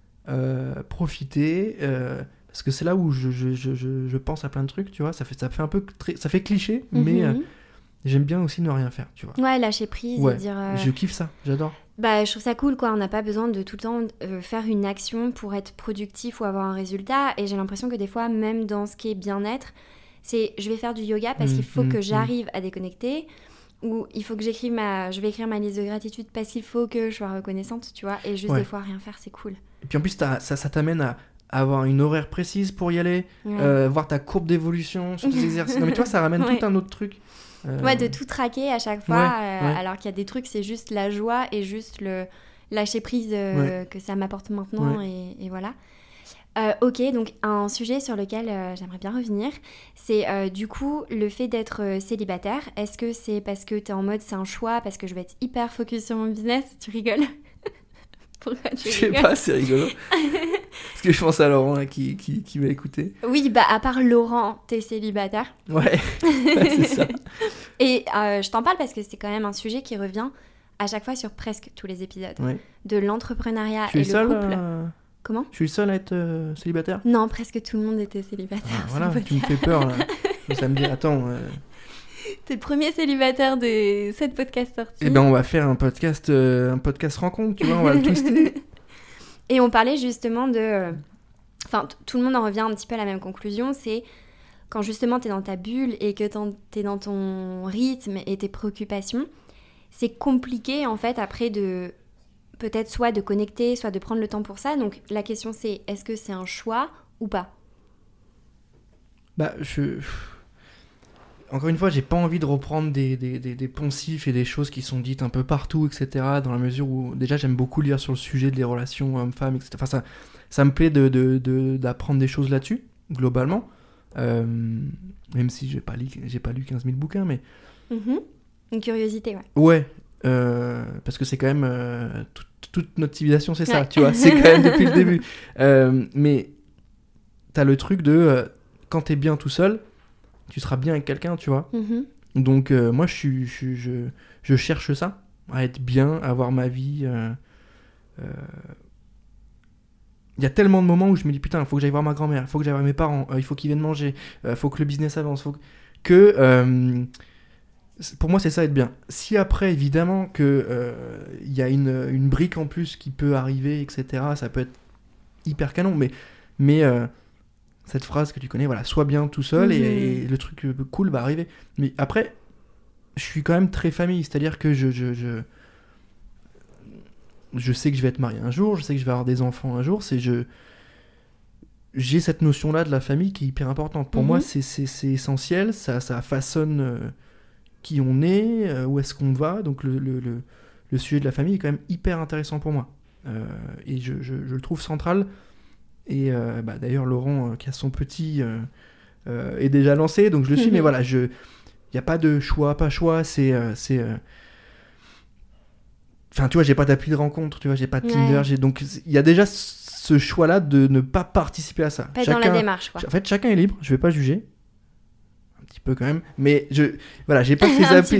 profiter, parce que c'est là où je pense à plein de trucs, tu vois. Ça fait un peu ça fait cliché, mais j'aime bien aussi ne rien faire, tu vois. Ouais, lâcher prise et dire... Je kiffe ça, j'adore. Bah, je trouve ça cool, quoi. On n'a pas besoin de tout le temps faire une action pour être productif ou avoir un résultat. Et j'ai l'impression que des fois, même dans ce qui est bien-être, c'est je vais faire du yoga parce qu'il faut que j'arrive à déconnecter. Ou il faut que je vais écrire ma liste de gratitude parce qu'il faut que je sois reconnaissante, tu vois. Et juste des fois, rien faire, c'est cool. Et puis en plus, ça t'amène à avoir une horaire précise pour y aller, voir ta courbe d'évolution sur tes exercices. Non mais tu vois, ça ramène tout un autre truc. Ouais, de tout traquer à chaque fois, alors qu'il y a des trucs, c'est juste la joie et juste le lâcher prise que ça m'apporte maintenant, et voilà. Ok, donc un sujet sur lequel j'aimerais bien revenir, c'est du coup le fait d'être célibataire. Est-ce que c'est parce que t'es en mode c'est un choix, parce que je vais être hyper focus sur mon business? Tu rigoles? Pourquoi tu rigoles? Je sais pas, c'est rigolo. Parce que je pense à Laurent là, qui va écouter. Oui, bah à part Laurent, t'es célibataire. Ouais, c'est ça. Et je t'en parle parce que c'est quand même un sujet qui revient à chaque fois sur presque tous les épisodes. De l'entrepreneuriat et le couple. Comment? Je suis le seul à être célibataire? Non, presque tout le monde était célibataire. Voilà, tu me fais peur là. Ça me dit, attends... T'es le premier célibataire de cette podcast sortie. Eh ben on va faire un podcast rencontre, tu vois, on va le twister. Et on parlait justement de... Enfin, tout le monde en revient un petit peu à la même conclusion, c'est quand justement t'es dans ta bulle et que t'es dans ton rythme et tes préoccupations, c'est compliqué en fait après de... peut-être soit de connecter, soit de prendre le temps pour ça. Donc la question c'est, est-ce que c'est un choix ou pas? Bah, encore une fois, j'ai pas envie de reprendre des poncifs et des choses qui sont dites un peu partout, etc. Dans la mesure où, déjà, j'aime beaucoup lire sur le sujet des relations hommes-femmes, etc. Enfin, ça me plaît d'apprendre des choses là-dessus, globalement. Même si j'ai pas lu 15 000 bouquins, mais... Une curiosité, ouais. Parce que c'est quand même... toute notre civilisation, c'est ça, tu vois. C'est quand même depuis le début. Mais t'as le truc de... quand t'es bien tout seul, tu seras bien avec quelqu'un, tu vois. Mhm. Donc moi je cherche ça, à être bien, à avoir ma vie. Il y a tellement de moments où je me dis putain, il faut que j'aille voir ma grand-mère, il faut que j'aille voir mes parents, il faut qu'ils viennent manger, il faut que le business avance, pour moi c'est ça être bien. Si après évidemment que il y a une brique en plus qui peut arriver, etc., ça peut être hyper canon, mais cette phrase que tu connais, voilà, sois bien tout seul et le truc cool va arriver. Mais après, je suis quand même très famille, c'est-à-dire que je sais que je vais être marié un jour, je sais que je vais avoir des enfants un jour, j'ai cette notion-là de la famille qui est hyper importante. Pour moi, c'est essentiel, ça façonne qui on est, où est-ce qu'on va, donc le sujet de la famille est quand même hyper intéressant pour moi. Et je le trouve central. Et d'ailleurs, Laurent, qui a son petit, est déjà lancé, donc je le suis, mais voilà, il n'y a pas de choix, pas choix, Enfin, tu vois, j'ai pas d'appli de rencontre, tu vois, j'ai pas de Tinder, donc il y a déjà ce choix-là de ne pas participer à ça. Pas dans la démarche, quoi. En fait, chacun est libre, je vais pas juger. Un petit peu quand même, mais voilà, j'ai pas ces applis.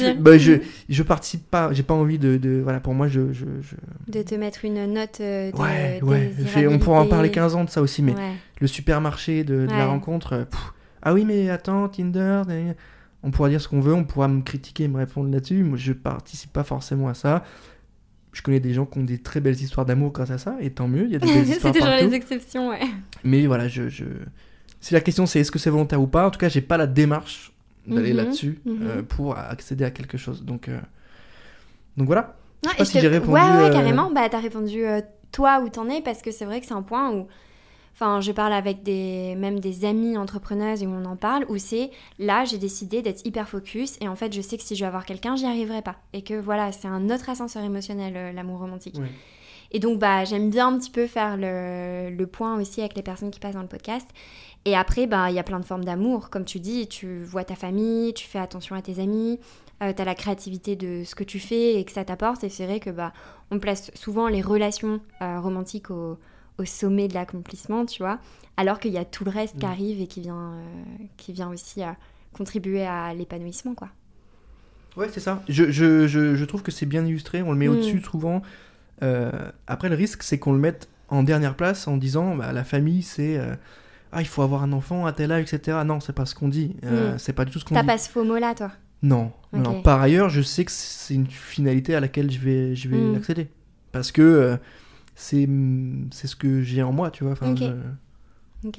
Je participe pas, j'ai pas envie voilà, pour moi, de te mettre une note de on pourra en parler 15 ans de ça aussi, mais le supermarché de la rencontre, ah oui, mais attends, Tinder, on pourra dire ce qu'on veut, on pourra me critiquer, me répondre là-dessus. Moi, je participe pas forcément à ça. Je connais des gens qui ont des très belles histoires d'amour grâce à ça, et tant mieux, il y a des belles histoires partout. C'est toujours les exceptions, ouais. Mais voilà, si la question c'est est-ce que c'est volontaire ou pas, en tout cas, j'ai pas la démarche d'aller là-dessus pour accéder à quelque chose. Donc voilà. Je sais pas si j'ai répondu. Ouais, carrément. Bah, t'as répondu toi où t'en es, parce que c'est vrai que c'est un point où. Enfin, je parle avec même des amis entrepreneuses et où on en parle, où c'est là, j'ai décidé d'être hyper focus et en fait, je sais que si je veux avoir quelqu'un, j'y arriverai pas. Et que voilà, c'est un autre ascenseur émotionnel, l'amour romantique. Oui. Et donc, j'aime bien un petit peu faire le point aussi avec les personnes qui passent dans le podcast. Et après, il y a plein de formes d'amour. Comme tu dis, tu vois ta famille, tu fais attention à tes amis, t'as la créativité de ce que tu fais et que ça t'apporte. Et c'est vrai que on place souvent les relations romantiques au sommet de l'accomplissement, tu vois, alors qu'il y a tout le reste qui arrive et qui vient aussi contribuer à l'épanouissement, quoi. Ouais, c'est ça. Je trouve que c'est bien illustré, on le met au-dessus souvent. Après, le risque, c'est qu'on le mette en dernière place en disant, la famille, c'est... il faut avoir un enfant à tel âge, etc. Non, c'est pas ce qu'on dit. C'est pas du tout ce qu'on dit. T'as pas ce faux mot-là, toi ? Non. Okay. Non. Par ailleurs, je sais que c'est une finalité à laquelle je vais accéder. Parce que... c'est ce que j'ai en moi, tu vois. Ok.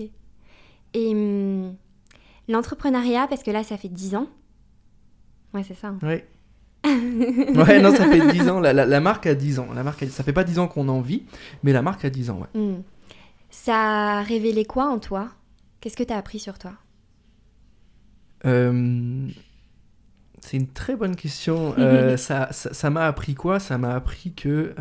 Et l'entrepreneuriat, parce que là, ça fait 10 ans. Ouais, c'est ça. Hein. Ouais. Ouais, non, ça fait 10 ans. La marque a 10 ans. Ça fait pas 10 ans qu'on en vit, mais la marque a 10 ans, ouais. Ça a révélé quoi en toi ? Qu'est-ce que tu as appris sur toi ? C'est une très bonne question. Ça m'a appris quoi ? Ça m'a appris que...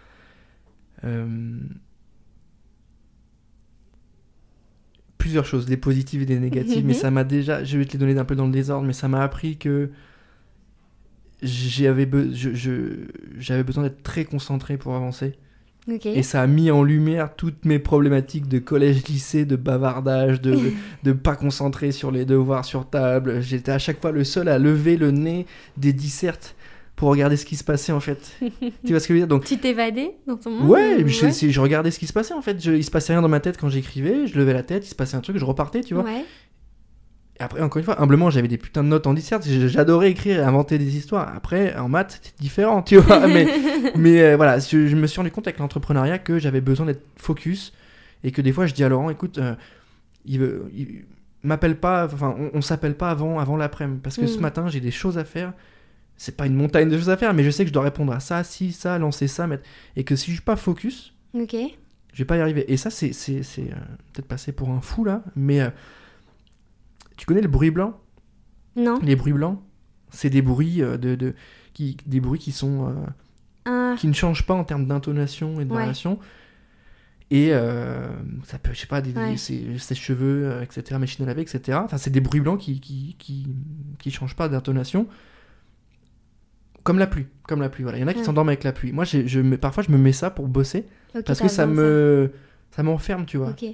plusieurs choses, des positives et des négatives, mais ça m'a déjà, je vais te les donner un peu dans le désordre, mais ça m'a appris que j'avais besoin d'être très concentré pour avancer. Et ça a mis en lumière toutes mes problématiques de collège-lycée, de bavardage, de pas concentrer sur les devoirs sur table. J'étais à chaque fois le seul à lever le nez des dissertes pour regarder ce qui se passait, en fait. Tu vois ce que je veux dire ? Donc, tu t'évadais dans ton monde ? Ouais, je regardais ce qui se passait, en fait. Il se passait rien dans ma tête quand j'écrivais, je levais la tête, il se passait un truc, je repartais, tu vois. Ouais. Et après, encore une fois, humblement, j'avais des putains de notes en dissert, j'adorais écrire et inventer des histoires. Après, en maths, c'était différent, tu vois. mais voilà, je me suis rendu compte avec l'entrepreneuriat que j'avais besoin d'être focus et que des fois, je dis à Laurent, écoute, il m'appelle pas, enfin, on s'appelle pas avant l'après-midi, parce que ce matin, j'ai des choses à faire. C'est pas une montagne de choses à faire, mais je sais que je dois répondre à ça, ça, lancer ça, mettre... Et que si je suis pas focus, je vais pas y arriver. Et ça, c'est peut-être passé pour un fou, là, mais tu connais le bruit blanc ? Non. Les bruits blancs, c'est des bruits des bruits qui sont... qui ne changent pas en termes d'intonation et de variation. Et ça peut, je sais pas, des sèche-cheveux, etc., machine à laver, etc. Enfin, c'est des bruits blancs qui changent pas d'intonation. Comme la pluie, voilà. Il y en a qui s'endorment avec la pluie. Moi, parfois, je me mets ça pour bosser, parce que ça m'enferme, tu vois.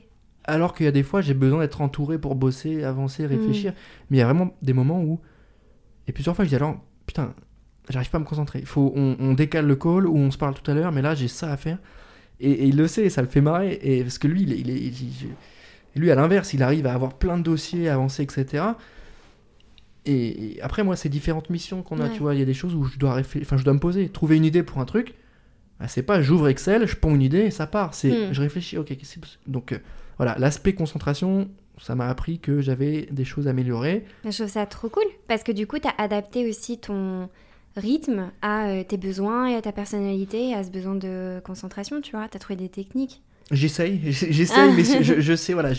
Alors qu'il y a des fois, j'ai besoin d'être entouré pour bosser, avancer, réfléchir. Mais il y a vraiment des moments où... Et plusieurs fois, je dis alors, putain, j'arrive pas à me concentrer. On décale le call ou on se parle tout à l'heure, mais là, j'ai ça à faire. Et il le sait, ça le fait marrer. Et parce que lui, lui, à l'inverse, il arrive à avoir plein de dossiers, à avancer, etc. Et après, moi, c'est différentes missions qu'on a, tu vois. Il y a des choses où je dois me poser. Trouver une idée pour un truc, bah, c'est pas j'ouvre Excel, je ponds une idée et ça part. C'est je réfléchis, ok, qu'est-ce que c'est. Donc voilà, l'aspect concentration, ça m'a appris que j'avais des choses à améliorer. Je trouve ça trop cool, parce que du coup, t'as adapté aussi ton rythme à tes besoins et à ta personnalité, à ce besoin de concentration, tu vois. T'as trouvé des techniques. J'essaye, mais je sais, voilà,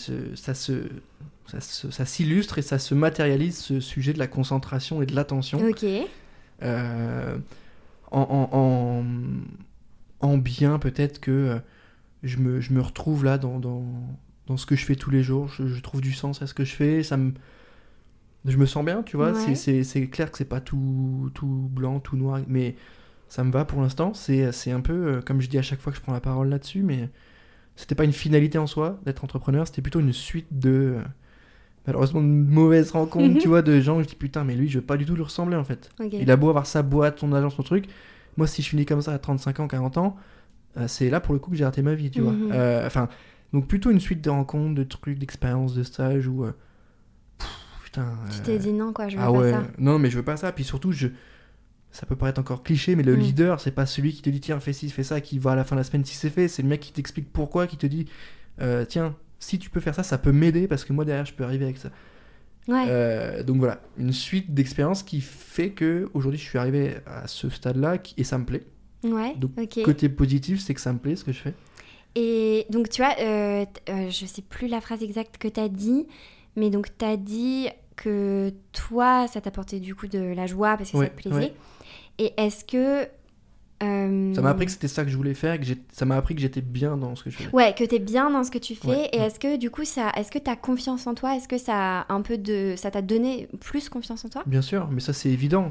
ça s'illustre et ça se matérialise, ce sujet de la concentration et de l'attention. Ok. En bien, peut-être que je me retrouve là dans ce que je fais tous les jours. Je trouve du sens à ce que je fais. Je me sens bien, tu vois. Ouais. C'est clair que c'est pas tout blanc, tout noir, mais ça me va pour l'instant. C'est un peu, comme je dis à chaque fois que je prends la parole là-dessus, mais c'était pas une finalité en soi d'être entrepreneur, c'était plutôt une suite de... malheureusement, de mauvaises rencontres, tu vois, de gens où je dis putain, mais lui, je veux pas du tout lui ressembler en fait. Okay. Il a beau avoir sa boîte, son agence, son truc. Moi, si je finis comme ça à 35 ans, 40 ans, c'est là pour le coup que j'ai raté ma vie, tu vois. Donc plutôt une suite de rencontres, de trucs, d'expériences, de stages où... putain... Tu t'es dit non, quoi, je veux pas ça. Non, mais je veux pas ça. Puis surtout, ça peut paraître encore cliché, mais le leader, c'est pas celui qui te dit tiens, fais ci, fais ça, qui va à la fin de la semaine si c'est fait. C'est le mec qui t'explique pourquoi, qui te dit tiens, si tu peux faire ça, ça peut m'aider parce que moi derrière, je peux arriver avec ça. Ouais. Donc voilà, une suite d'expériences qui fait que aujourd'hui, je suis arrivé à ce stade-là et ça me plaît. Ouais. Donc okay. Côté positif, c'est que ça me plaît ce que je fais. Et donc tu vois, je sais plus la phrase exacte que t'as dit, mais donc t'as dit que toi, ça t'apportait du coup de la joie parce que ça te plaisait. Ouais. Et est-ce que... Ça m'a appris que c'était ça que je voulais faire, ça m'a appris que j'étais bien dans ce que je fais. Ouais, que t'es bien dans ce que tu fais. Ouais. Et est-ce que du coup, est-ce que t'as confiance en toi ? Est-ce que ça t'a donné plus confiance en toi ? Bien sûr, mais ça c'est évident.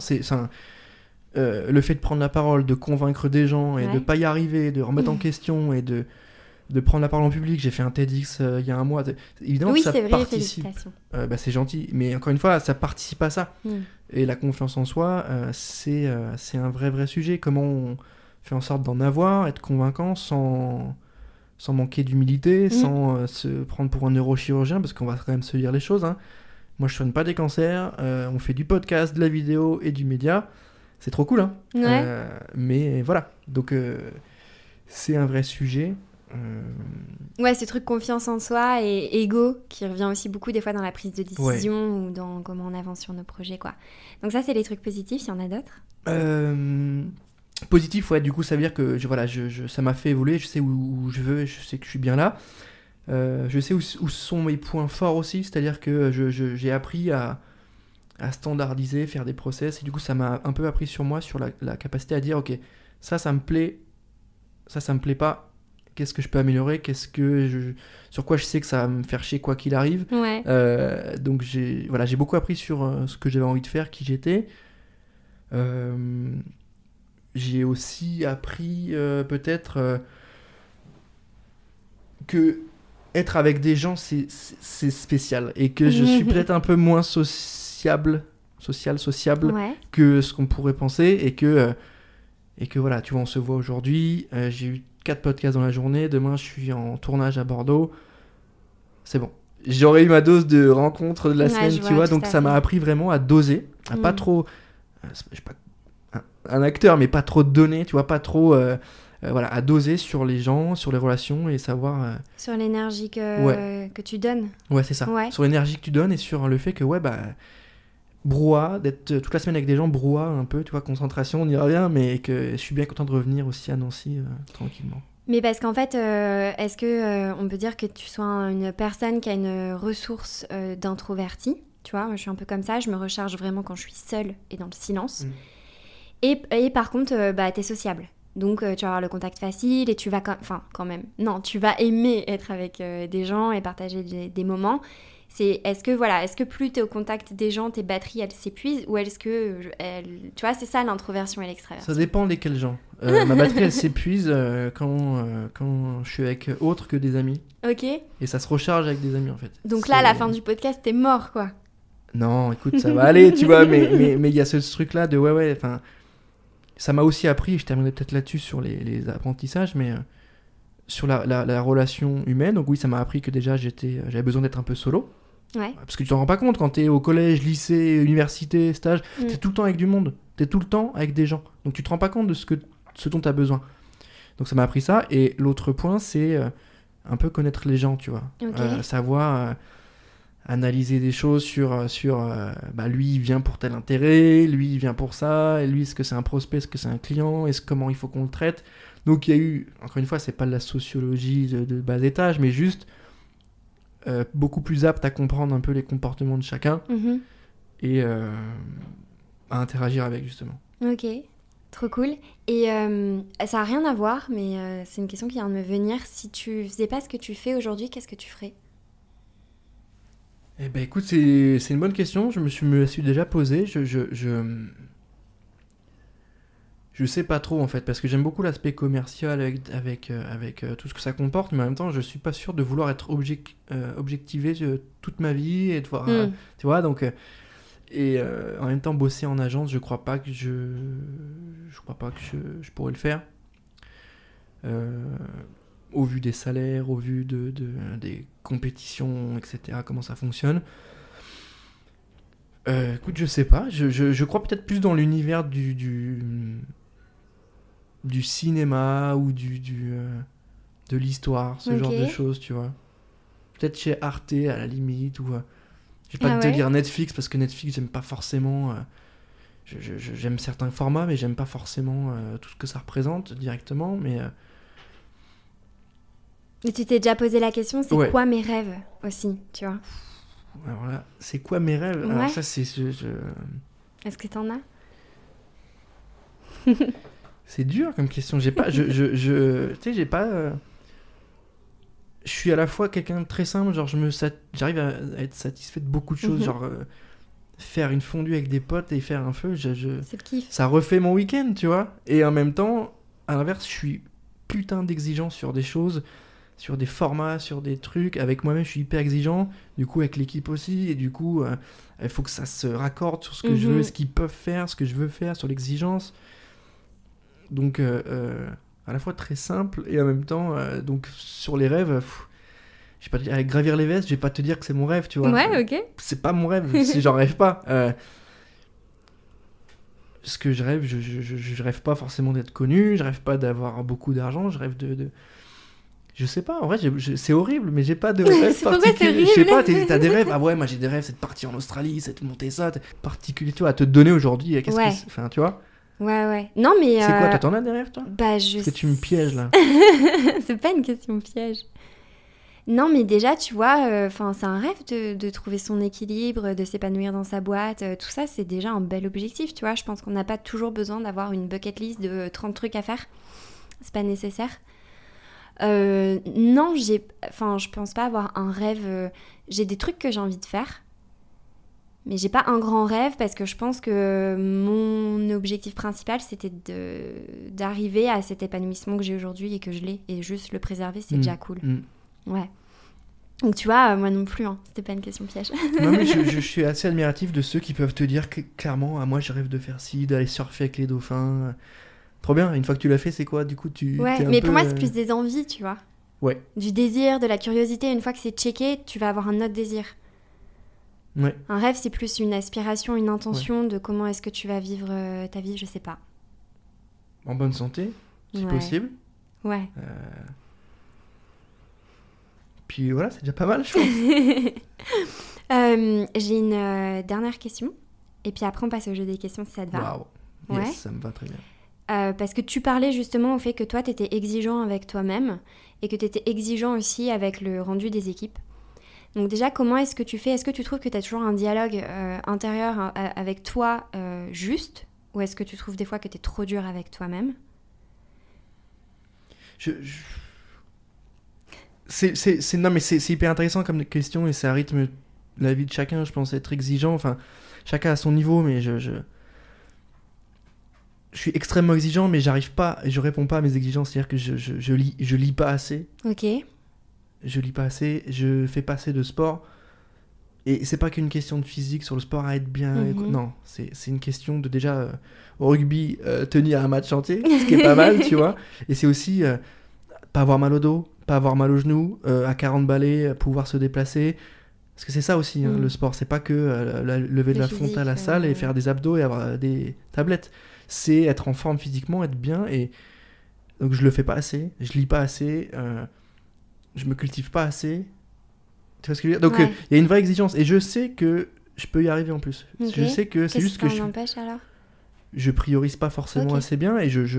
Le fait de prendre la parole, de convaincre des gens et de pas y arriver, de remettre en question et de prendre la parole en public. J'ai fait un TEDx il y a un mois. Évidemment, oui, ça c'est vrai, participe. Félicitations. C'est gentil, mais encore une fois, ça participe à ça. Et la confiance en soi, c'est un vrai sujet. Comment on fait en sorte d'en avoir, être convaincant sans manquer d'humilité, sans se prendre pour un neurochirurgien, parce qu'on va quand même se dire les choses. Hein. Moi, je soigne pas des cancers. On fait du podcast, de la vidéo et du média. C'est trop cool, hein. Ouais. Mais voilà. Donc, c'est un vrai sujet. Ouais, ce truc confiance en soi et ego qui revient aussi beaucoup des fois dans la prise de décision ou dans comment on avance sur nos projets, quoi. Donc ça, c'est les trucs positifs. Il y en a d'autres ? Positif, ouais. Du coup, ça veut dire que ça m'a fait évoluer. Je sais où je veux. Je sais que je suis bien là. Je sais où sont mes points forts aussi. C'est-à-dire que j'ai appris à standardiser, faire des process. Et du coup, ça m'a un peu appris sur moi, sur la capacité à dire, ok, ça me plaît. Ça me plaît pas. Qu'est-ce que je peux améliorer, sur quoi je sais que ça va me faire chier quoi qu'il arrive. Ouais. Donc j'ai beaucoup appris sur ce que j'avais envie de faire, qui j'étais. J'ai aussi appris peut-être que être avec des gens c'est spécial et que je suis peut-être un peu moins sociable que ce qu'on pourrait penser et que voilà, tu vois, on se voit aujourd'hui, j'ai eu 4 podcasts dans la journée, demain je suis en tournage à Bordeaux, c'est bon. J'aurais eu ma dose de rencontres de la semaine, tu vois, donc ça m'a appris vraiment à doser, à pas trop, je sais pas, un acteur, mais pas trop donner, tu vois, pas trop, à doser sur les gens, sur les relations et savoir... sur l'énergie que tu donnes. Ouais, c'est ça, sur l'énergie que tu donnes et sur le fait que, brouhaha, d'être toute la semaine avec des gens, brouhaha un peu, tu vois, concentration, on y revient, mais que je suis bien content de revenir aussi à Nancy tranquillement. Mais parce qu'en fait, est-ce que on peut dire que tu sois une personne qui a une ressource d'introverti, tu vois, moi je suis un peu comme ça, je me recharge vraiment quand je suis seule et dans le silence. Et par contre, t'es sociable. Donc tu vas avoir le contact facile et tu vas quand même. Non, tu vas aimer être avec des gens et partager des moments. Est-ce que plus t'es au contact des gens, tes batteries elles s'épuisent ou est-ce que tu vois, c'est ça l'introversion et l'extraversion. Ça dépend lesquels gens. Ma batterie, elle s'épuise quand je suis avec autre que des amis. Ok. Et ça se recharge avec des amis, en fait. Donc là, à la fin du podcast, t'es mort, quoi. Non, écoute, ça va aller, tu vois, mais il y a ce truc-là de ouais, enfin... Ça m'a aussi appris, je terminerai peut-être là-dessus sur les apprentissages, mais sur la relation humaine. Donc oui, ça m'a appris que déjà, j'avais besoin d'être un peu solo. Ouais. Parce que tu t'en rends pas compte quand t'es au collège, lycée, université, stage, t'es tout le temps avec du monde, t'es tout le temps avec des gens. Donc tu te rends pas compte de ce dont t'as besoin. Donc ça m'a appris ça. Et l'autre point, c'est un peu connaître les gens, tu vois. Okay. Savoir analyser des choses sur lui, il vient pour tel intérêt, lui, il vient pour ça, et lui, est-ce que c'est un prospect, est-ce que c'est un client, comment il faut qu'on le traite. Donc il y a eu, encore une fois, c'est pas de la sociologie de bas étage, mais juste beaucoup plus apte à comprendre un peu les comportements de chacun et à interagir avec, justement. Ok, trop cool. Et ça n'a rien à voir, mais c'est une question qui vient de me venir. Si tu faisais pas ce que tu fais aujourd'hui, qu'est-ce que tu ferais ? Eh ben écoute, c'est une bonne question, je me la suis déjà posée. Je sais pas trop en fait, parce que j'aime beaucoup l'aspect commercial avec tout ce que ça comporte, mais en même temps, je suis pas sûr de vouloir être objectivé toute ma vie et de voir, tu vois, donc en même temps bosser en agence, je crois pas que je pourrais le faire. Au vu des salaires, au vu des compétitions, etc., comment ça fonctionne. Écoute, je sais pas, je crois peut-être plus dans l'univers du cinéma ou de l'histoire, ce genre de choses, tu vois. Peut-être chez Arte, à la limite, ou... je vais pas te dire Netflix, parce que Netflix, j'aime pas forcément... j'aime certains formats, mais j'aime pas forcément tout ce que ça représente directement, mais... Et tu t'es déjà posé la question, c'est quoi mes rêves aussi, tu vois ? Alors là, c'est quoi mes rêves ? Alors ça, c'est... Est-ce que t'en as ? C'est dur comme question. J'ai pas... tu sais, j'ai pas... Je suis à la fois quelqu'un de très simple, genre j'arrive à être satisfait de beaucoup de choses, genre faire une fondue avec des potes et faire un feu, c'est le kiff. Ça refait mon week-end, tu vois. Et en même temps, à l'inverse, je suis putain d'exigeant sur des choses, sur des formats, sur des trucs. Avec moi-même, je suis hyper exigeant. Du coup, avec l'équipe aussi. Et du coup, il faut que ça se raccorde sur ce que je veux, ce qu'ils peuvent faire, ce que je veux faire, sur l'exigence. Donc, à la fois très simple et en même temps, donc sur les rêves, je vais pas te dire, avec gravir l'Everest, je vais pas te dire que c'est mon rêve, tu vois. Ouais, ok. C'est pas mon rêve, si j'en rêve pas. Ce que je rêve, je rêve pas forcément d'être connu, je rêve pas d'avoir beaucoup d'argent, je rêve de... Je sais pas, en vrai, c'est horrible, mais j'ai pas de rêve particulier. Je sais pas, t'as des rêves. Ah ouais, moi j'ai des rêves, c'est de partir en Australie, c'est de monter ça, particulier, tu vois, à te donner aujourd'hui. Enfin, tu vois. Ouais. Non, mais... C'est quoi, toi, t'en as des rêves, toi ? Parce que tu me pièges, là. C'est pas une question piège. Non, mais déjà, tu vois, c'est un rêve de trouver son équilibre, de s'épanouir dans sa boîte. Tout ça, c'est déjà un bel objectif, tu vois. Je pense qu'on n'a pas toujours besoin d'avoir une bucket list de 30 trucs à faire. C'est pas nécessaire. Non, je pense pas avoir un rêve... j'ai des trucs que j'ai envie de faire. Mais j'ai pas un grand rêve parce que je pense que mon objectif principal, c'était d'arriver à cet épanouissement que j'ai aujourd'hui et que je l'ai. Et juste le préserver, c'est déjà cool. Ouais. Donc tu vois, moi non plus, hein, c'était pas une question piège. Non, mais je suis assez admiratif de ceux qui peuvent te dire que, clairement, moi je rêve de faire ci, d'aller surfer avec les dauphins. Trop bien, une fois que tu l'as fait, c'est quoi ? Du coup, Ouais, mais pour moi, c'est plus des envies, tu vois. Ouais. Du désir, de la curiosité. Une fois que c'est checké, tu vas avoir un autre désir. Ouais. Un rêve, c'est plus une aspiration, une intention de comment est-ce que tu vas vivre ta vie, je sais pas. En bonne santé, si possible. Ouais. Puis voilà, c'est déjà pas mal, je pense. J'ai une dernière question. Et puis après, on passe au jeu des questions, si ça te va. Waouh. Yes, ça me va très bien. Parce que tu parlais justement au fait que toi, t'étais exigeant avec toi-même et que t'étais exigeant aussi avec le rendu des équipes. Donc déjà, comment est-ce que tu fais ? Est-ce que tu trouves que tu as toujours un dialogue intérieur avec toi juste ? Ou est-ce que tu trouves des fois que tu es trop dur avec toi-même ? Non, mais c'est hyper intéressant comme question et ça rythme la vie de chacun, je pense, être exigeant. Enfin, chacun à son niveau, mais je suis extrêmement exigeant, mais je réponds pas à mes exigences. C'est-à-dire que je lis pas assez. Ok. Je lis pas assez, je fais pas assez de sport. Et c'est pas qu'une question de physique sur le sport à être bien. Non, c'est une question de déjà au rugby tenir un match entier, ce qui est pas mal, tu vois. Et c'est aussi pas avoir mal au dos, pas avoir mal aux genoux, à 40 balais, pouvoir se déplacer. Parce que c'est ça aussi, le sport. C'est pas que lever de la fonte à la salle et faire des abdos et avoir des tablettes. C'est être en forme physiquement, être bien. Et donc je le fais pas assez, je lis pas assez, je me cultive pas assez. Tu vois ce que je veux dire ? Donc il y a une vraie exigence. Et je sais que je peux y arriver en plus. Je sais que c'est juste que ça empêche alors ? Je priorise pas forcément assez bien et tu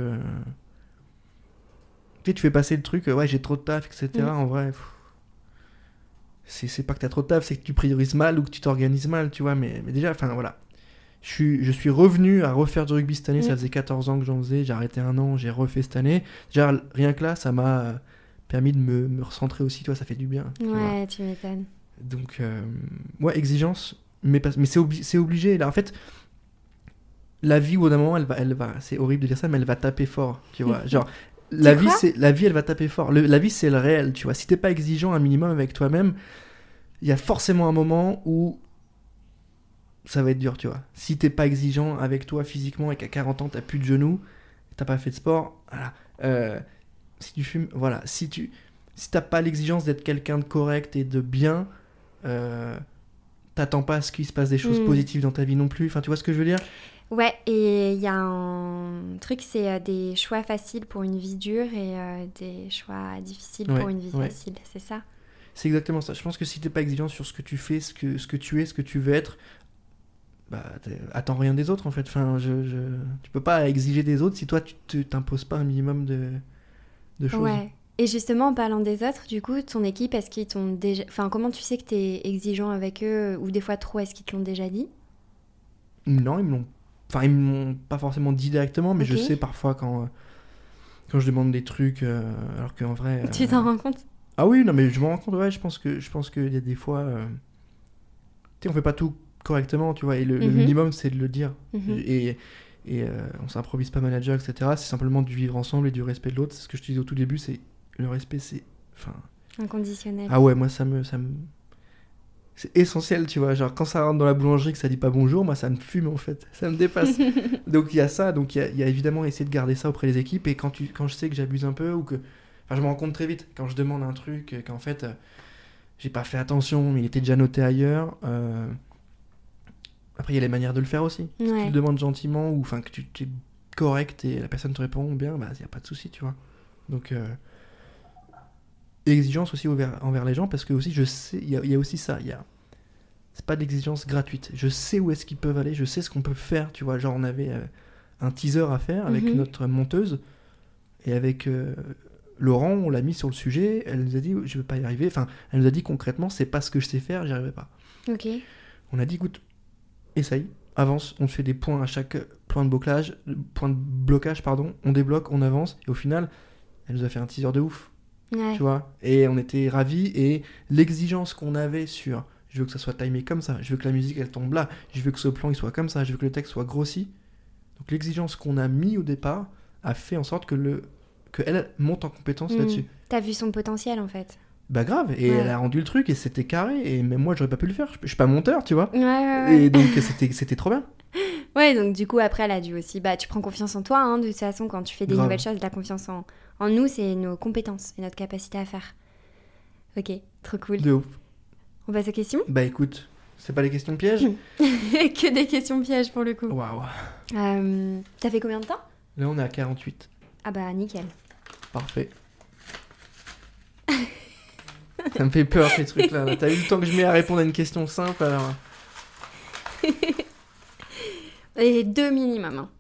sais, tu fais passer le truc, ouais, j'ai trop de taf, etc. En vrai, c'est pas que t'as trop de taf, c'est que tu priorises mal ou que tu t'organises mal, tu vois. Mais déjà, enfin voilà. Je suis revenu à refaire du rugby cette année, ça faisait 14 ans que j'en faisais, j'ai arrêté un an, j'ai refait cette année. Déjà, rien que là, ça m'a permis de me recentrer aussi, toi, ça fait du bien. Ouais, tu m'étonnes. Donc, ouais, exigence, mais c'est obligé. Là, en fait, la vie, au bout d'un moment, elle va, c'est horrible de dire ça, mais elle va taper fort, tu vois. Genre, la vie, elle va taper fort. La vie, c'est le réel, tu vois. Si t'es pas exigeant un minimum avec toi-même, il y a forcément un moment où ça va être dur, tu vois. Si t'es pas exigeant avec toi physiquement et qu'à 40 ans, t'as plus de genoux, t'as pas fait de sport, voilà. Si tu fumes, voilà. Si t'as pas l'exigence d'être quelqu'un de correct et de bien, t'attends pas à ce qu'il se passe des choses positives dans ta vie non plus. Enfin, tu vois ce que je veux dire ? Ouais, et il y a un truc, c'est des choix faciles pour une vie dure et des choix difficiles pour une vie facile, c'est ça ? C'est exactement ça. Je pense que si t'es pas exigeant sur ce que tu fais, ce que tu es, ce que tu veux être, bah, attends rien des autres en fait. Enfin, tu peux pas exiger des autres si toi tu t'imposes pas un minimum de choses. Ouais. Et justement, en parlant des autres, du coup, ton équipe, est-ce qu'ils t'ont déjà... Enfin, comment tu sais que t'es exigeant avec eux, ou des fois trop, est-ce qu'ils te l'ont déjà dit ? Non, ils me l'ont pas forcément dit directement, mais je sais parfois quand je demande des trucs, alors qu'en vrai... Tu t'en rends compte ? Ah oui, non, mais je m'en rends compte, ouais, je pense qu'il y a des fois... Tu sais, on fait pas tout correctement, tu vois, et le minimum, c'est de le dire. Et on s'improvise pas manager, etc. C'est simplement du vivre ensemble et du respect de l'autre. C'est ce que je te disais au tout début, c'est... Le respect, c'est... Enfin... Inconditionnel. Ah ouais, moi, ça me... C'est essentiel, tu vois. Genre, quand ça rentre dans la boulangerie, que ça dit pas bonjour, moi, ça me fume, en fait. Ça me dépasse. Donc, il y a ça. Donc, il y a évidemment essayer de garder ça auprès des équipes. Et quand je sais que j'abuse un peu ou que... Enfin, je me rends compte très vite. Quand je demande un truc, qu'en fait, j'ai pas fait attention, mais il était déjà noté ailleurs. Après, il y a les manières de le faire aussi. Si tu le demandes gentiment ou enfin que tu es correct et la personne te répond bien, bah, il n'y a pas de souci, tu vois. Donc... exigence aussi envers les gens, parce que aussi je sais, il y a aussi ça, c'est pas de l'exigence gratuite, je sais où est-ce qu'ils peuvent aller, je sais ce qu'on peut faire, tu vois. Genre on avait un teaser à faire avec notre monteuse et avec Laurent, on l'a mis sur le sujet, elle nous a dit je veux pas y arriver, enfin elle nous a dit concrètement c'est pas ce que je sais faire, j'y arriverai pas. On a dit écoute, essaye, avance, on fait des points à chaque point de blocage, on débloque, on avance, et au final elle nous a fait un teaser de ouf. Tu vois, et on était ravis, et l'exigence qu'on avait sur je veux que ça soit timé comme ça, je veux que la musique elle tombe là, je veux que ce plan il soit comme ça, je veux que le texte soit grossi, donc l'exigence qu'on a mis au départ a fait en sorte que elle monte en compétence là-dessus. T'as vu son potentiel en fait. Bah grave, et elle a rendu le truc et c'était carré, et même moi j'aurais pas pu le faire, je suis pas monteur, tu vois. Ouais. Et donc c'était trop bien. Ouais, donc du coup après elle a dû aussi, bah tu prends confiance en toi, hein, de toute façon quand tu fais des nouvelles choses, la confiance en nous, c'est nos compétences et notre capacité à faire. Ok, trop cool. De ouf. On passe aux questions ? Bah écoute, c'est pas les questions pièges ? Que des questions pièges pour le coup. Waouh. T'as fait combien de temps ? Là on est à 48. Ah bah nickel. Parfait. Ça me fait peur ces trucs-là. T'as eu le temps que je mets à répondre à une question simple alors. Et 2 minimum. Hein.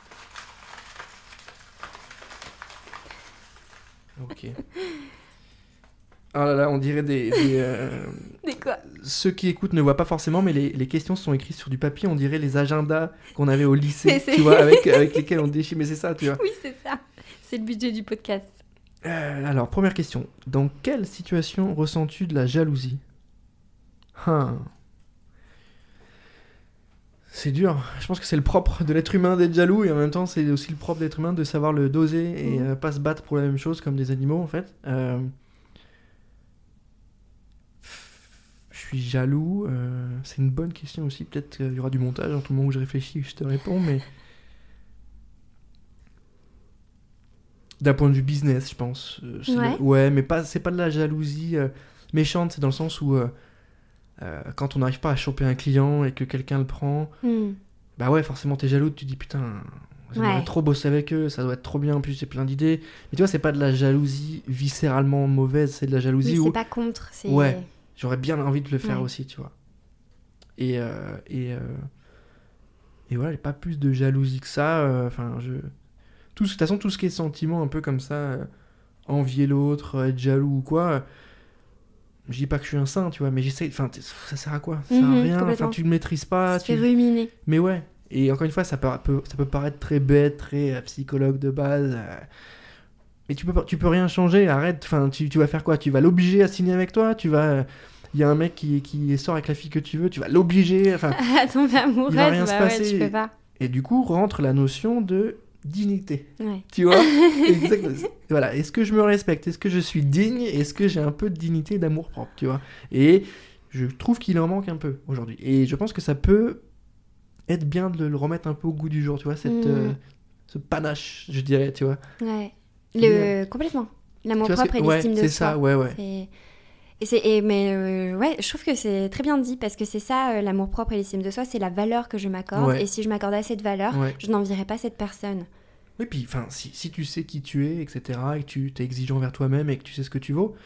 Ok. Oh là là, on dirait des Des quoi ? Ceux qui écoutent ne voient pas forcément, mais les questions sont écrites sur du papier. On dirait les agendas qu'on avait au lycée, tu vois, avec lesquels on déchire. Mais c'est ça, tu vois. Oui, c'est ça. C'est le budget du podcast. Alors, première question. Dans quelle situation ressens-tu de la jalousie ? C'est dur. Je pense que c'est le propre de l'être humain d'être jaloux et en même temps c'est aussi le propre de l'être humain de savoir le doser et pas se battre pour la même chose comme des animaux en fait. Je suis jaloux. C'est une bonne question aussi. Peut-être qu'il y aura du montage dans tout le moment où je réfléchis et je te réponds, mais d'un point de vue business, je pense. Ouais, mais c'est pas de la jalousie méchante. C'est dans le sens où quand on n'arrive pas à choper un client et que quelqu'un le prend, bah ouais, forcément t'es jaloux, tu te dis putain, j'aimerais trop bosser avec eux, ça doit être trop bien, en plus j'ai plein d'idées. Mais tu vois, c'est pas de la jalousie viscéralement mauvaise, c'est de la jalousie où... c'est pas contre, c'est... Ouais, j'aurais bien envie de le faire aussi, tu vois. Et voilà, j'ai pas plus de jalousie que ça, enfin, de toute façon, tout ce qui est sentiment un peu comme ça, envier l'autre, être jaloux ou quoi... Je dis pas que je suis un saint, tu vois, mais j'essaie. Enfin, ça sert à quoi? Ça sert à rien. Enfin, tu le maîtrises pas. Tu fais ruminer. Mais ouais. Et encore une fois, ça peut paraître très bête, très psychologue de base. Mais tu peux rien changer. Arrête. Enfin, tu vas faire quoi? Tu vas l'obliger à signer avec toi? Il y a un mec qui sort avec la fille que tu veux. Tu vas l'obliger. Enfin, à tomber amoureuse. Il va rien se passer. Tu peux pas. Et du coup, rentre la notion de dignité. Ouais. Tu vois? Exactement. Voilà. Est-ce que je me respecte? Est-ce que je suis digne? Est-ce que j'ai un peu de dignité et d'amour propre? Tu vois? Et je trouve qu'il en manque un peu aujourd'hui. Et je pense que ça peut être bien de le remettre un peu au goût du jour. Tu vois? Ce panache, je dirais. Tu vois? Ouais. Complètement. L'amour propre et l'estime de soi. C'est ça. Ouais. Mais je trouve que c'est très bien dit parce que c'est ça, l'amour propre et l'estime de soi, c'est la valeur que je m'accorde. Ouais. Et si je m'accordais cette valeur, je n'envierais pas cette personne. Oui, puis si tu sais qui tu es, etc., et que tu es exigeant envers toi-même et que tu sais ce que tu vaux,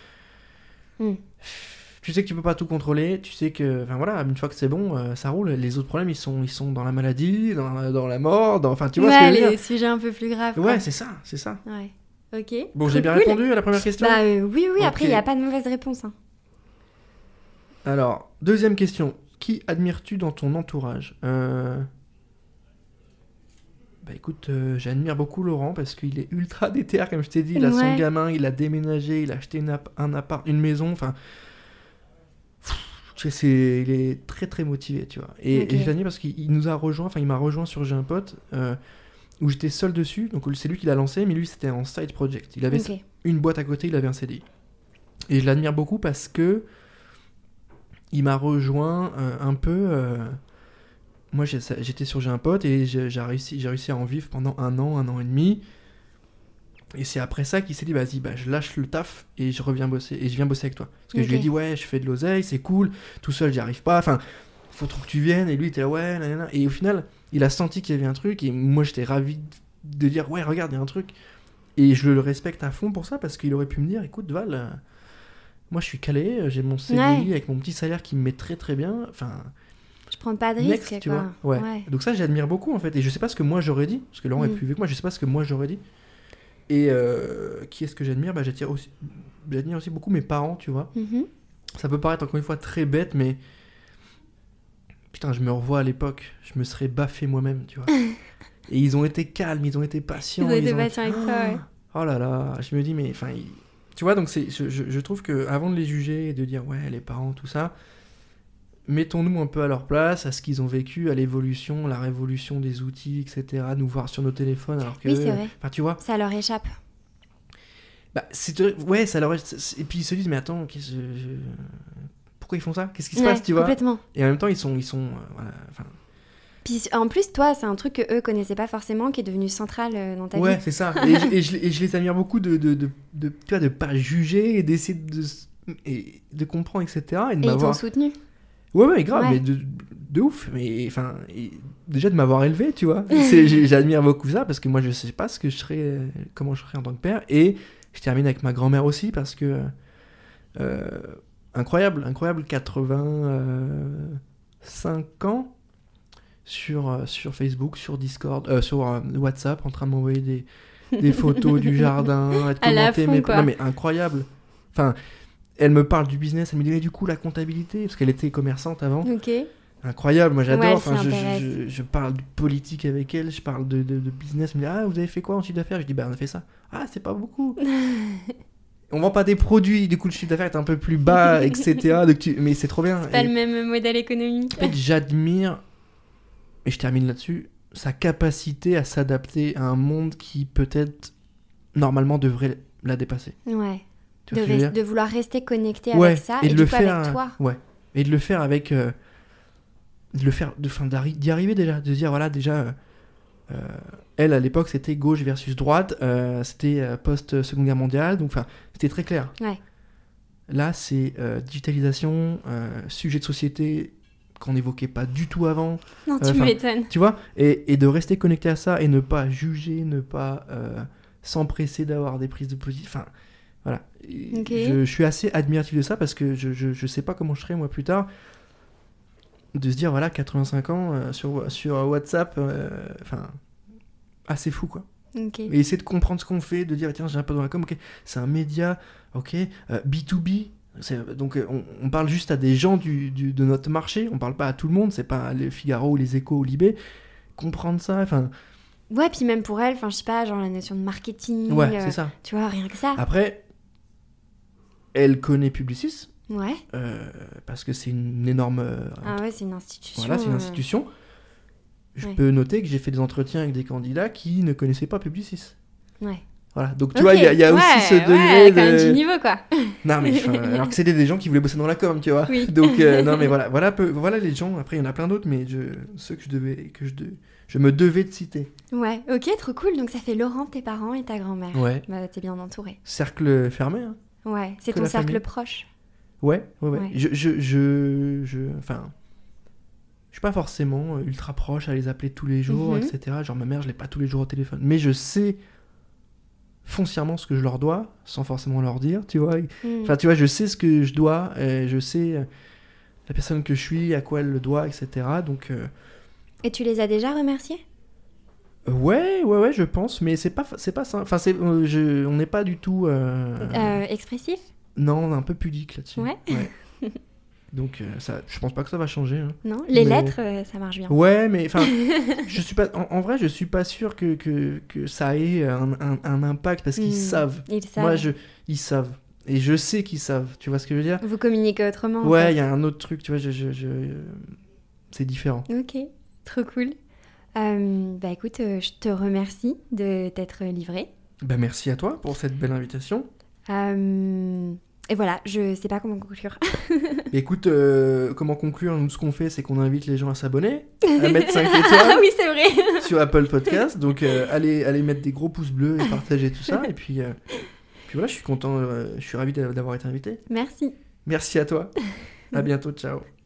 tu sais que tu peux pas tout contrôler, tu sais que, enfin voilà, une fois que c'est bon, ça roule. Les autres problèmes, ils sont dans la maladie, dans la mort, enfin tu vois ce que je veux dire. Les sujets un peu plus graves. Ouais, c'est ça. Ouais. Ok. Bon, j'ai bien répondu à la première question. Oui. Okay. Après, il n'y a pas de mauvaise réponse. Hein. Alors, deuxième question. Qui admires-tu dans ton entourage? Écoute, j'admire beaucoup Laurent parce qu'il est ultra déter, comme je t'ai dit. Il a son gamin, il a déménagé, il a acheté un appart, une maison, enfin... il est très très motivé, tu vois. Et je l'admire parce qu'il nous a rejoint, enfin il m'a rejoint sur J'ai un pote, où j'étais seul dessus, donc c'est lui qui l'a lancé, mais lui c'était en side project. Il avait une boîte à côté, il avait un CDI. Et je l'admire beaucoup parce que il m'a rejoint un peu... Moi j'étais sur J'ai un pote et j'ai réussi à en vivre pendant un an et demi. Et c'est après ça qu'il s'est dit vas-y, je lâche le taf et je reviens bosser. Et je viens bosser avec toi. Parce que je lui ai dit ouais, je fais de l'oseille, c'est cool, tout seul j'y arrive pas, enfin, faut trop que tu viennes. Et lui il était là ouais, nanana. Et au final, il a senti qu'il y avait un truc et moi j'étais ravi de dire ouais, regarde, il y a un truc. Et je le respecte à fond pour ça parce qu'il aurait pu me dire écoute Val, moi je suis calé, j'ai mon CDI avec mon petit salaire qui me met très très bien, enfin... Je prends pas de risque, tu vois. Ouais. Donc ça j'admire beaucoup en fait. Et je sais pas ce que moi j'aurais dit, parce que Laurent est plus vieux que moi, je sais pas ce que moi j'aurais dit. Et qui est-ce que j'admire? J'admire aussi beaucoup mes parents, tu vois. Ça peut paraître encore une fois très bête, mais putain, je me revois à l'époque, je me serais baffé moi-même, tu vois. Et ils ont été calmes, ils ont été patients. Ils ont été patients avec toi, ouais. Oh là là, je me dis, mais enfin, tu vois, donc je trouve que avant de les juger et de dire ouais, les parents, tout ça, mettons-nous un peu à leur place, à ce qu'ils ont vécu, à l'évolution, la révolution des outils, etc. Nous voir sur nos téléphones, alors que... Oui, c'est vrai. Enfin, tu vois. Ça leur échappe. Ouais, ça leur échappe. Et puis ils se disent, mais attends, pourquoi ils font ça? Qu'est-ce qui se passe, tu vois? Complètement. Et en même temps, ils sont voilà, enfin... Puis en plus, toi, c'est un truc que eux connaissaient pas forcément, qui est devenu central dans ta vie. Ouais, c'est ça. Et je les admire beaucoup tu vois, de pas juger et d'essayer de comprendre, etc. Et ils t'ont soutenu. Ouais, grave, mais de ouf. Mais enfin, déjà de m'avoir élevé, tu vois. J'admire beaucoup ça parce que moi, je sais pas comment je serais en tant que père. Et je termine avec ma grand-mère aussi parce que incroyable, 85 ans sur Facebook, sur Discord, sur WhatsApp, en train de m'envoyer des photos du jardin, de commenter mes... Non mais incroyable. Enfin. Elle me parle du business, elle me dit mais du coup la comptabilité, parce qu'elle était commerçante avant. Ok. Incroyable, moi j'adore. Enfin, je parle de politique avec elle, je parle de business. Elle me dit ah, vous avez fait quoi en chiffre d'affaires? Je dis on a fait ça. Ah, c'est pas beaucoup. On vend pas des produits, du coup le chiffre d'affaires est un peu plus bas, etc. Mais c'est trop bien. C'est pas le même modèle économique. En fait, j'admire. et je termine là-dessus, sa capacité à s'adapter à un monde qui peut-être normalement devrait la dépasser. Ouais. Tu vois ce que je veux dire ? De vouloir rester connecté Ouais, avec ça et et de du le coup faire, avec toi. Ouais, et de le faire avec... d'y arriver déjà, de se dire, voilà, déjà... elle, à l'époque, c'était gauche versus droite, c'était post-Seconde Guerre mondiale, donc c'était très clair. Ouais. Là, c'est digitalisation, sujet de société qu'on n'évoquait pas du tout avant. Non, tu m'étonnes. Tu vois, et de rester connecté à ça et ne pas juger, ne pas s'empresser d'avoir des prises de position. Enfin, voilà. Okay. Je suis assez admiratif de ça parce que je sais pas comment je serai moi plus tard. De se dire, voilà, 85 ans sur WhatsApp, assez fou, quoi. Okay. Et essayer de comprendre ce qu'on fait, de dire, tiens, j'ai un peu dans la com, ok, c'est un média, ok, B2B, donc on parle juste à des gens de notre marché, on parle pas à tout le monde, c'est pas les Figaro ou les Échos ou Libé, comprendre ça, enfin... Ouais, puis même pour elle, je sais pas, genre la notion de marketing, ouais, c'est ça. Tu vois, rien que ça. Après, elle connaît Publicis, ouais. parce que c'est une énorme... ouais, c'est une institution. Voilà, c'est une institution. Je ouais. peux noter que j'ai fait des entretiens avec des candidats qui ne connaissaient pas Publicis. Ouais. Voilà, donc tu vois, il y a aussi ce degré quand même du niveau, quoi. Non, mais alors que c'était des gens qui voulaient bosser dans la com, tu vois. Oui. Donc, non, mais voilà les gens. Après, il y en a plein d'autres, mais ceux que je me devais de citer. Ouais, ok, trop cool. Donc, ça fait Laurent, tes parents et ta grand-mère. Ouais. Bah, t'es bien entouré. Cercle fermé, hein. Ouais, c'est Que ton la cercle famille. proche. Ouais. Ouais. Je suis pas forcément ultra proche à les appeler tous les jours, etc. Genre, ma mère, je l'ai pas tous les jours au téléphone. Mais je sais foncièrement ce que je leur dois, sans forcément leur dire, tu vois. Enfin, tu vois, je sais ce que je dois, je sais la personne que je suis, à quoi elle le doit, etc. Donc... Et tu les as déjà remerciés ? Ouais, je pense, mais c'est pas ça. Enfin, on n'est pas du tout... expressif ? Non, un peu pudique là-dessus. Ouais. Donc, je pense pas que ça va changer. Hein. Non, les lettres, ça marche bien. Ouais, mais enfin, je suis pas. En vrai, je suis pas sûr que ça ait un impact parce qu'ils savent. Ils savent. Moi, ils savent. Et je sais qu'ils savent. Tu vois ce que je veux dire ? Vous communiquez autrement. Ouais, il y a un autre truc, tu vois, c'est différent. Ok, trop cool. Bah écoute, je te remercie de t'être livré. Bah merci à toi pour cette belle invitation. Et voilà, je sais pas comment conclure. Écoute, comment conclure ? Nous, ce qu'on fait, c'est qu'on invite les gens à s'abonner, à mettre 5 étoiles oui, c'est vrai. sur Apple Podcast. Donc, allez mettre des gros pouces bleus et partager tout ça. Et puis voilà, je suis content, je suis ravi d'avoir été invité. Merci. Merci à toi. À bientôt, ciao.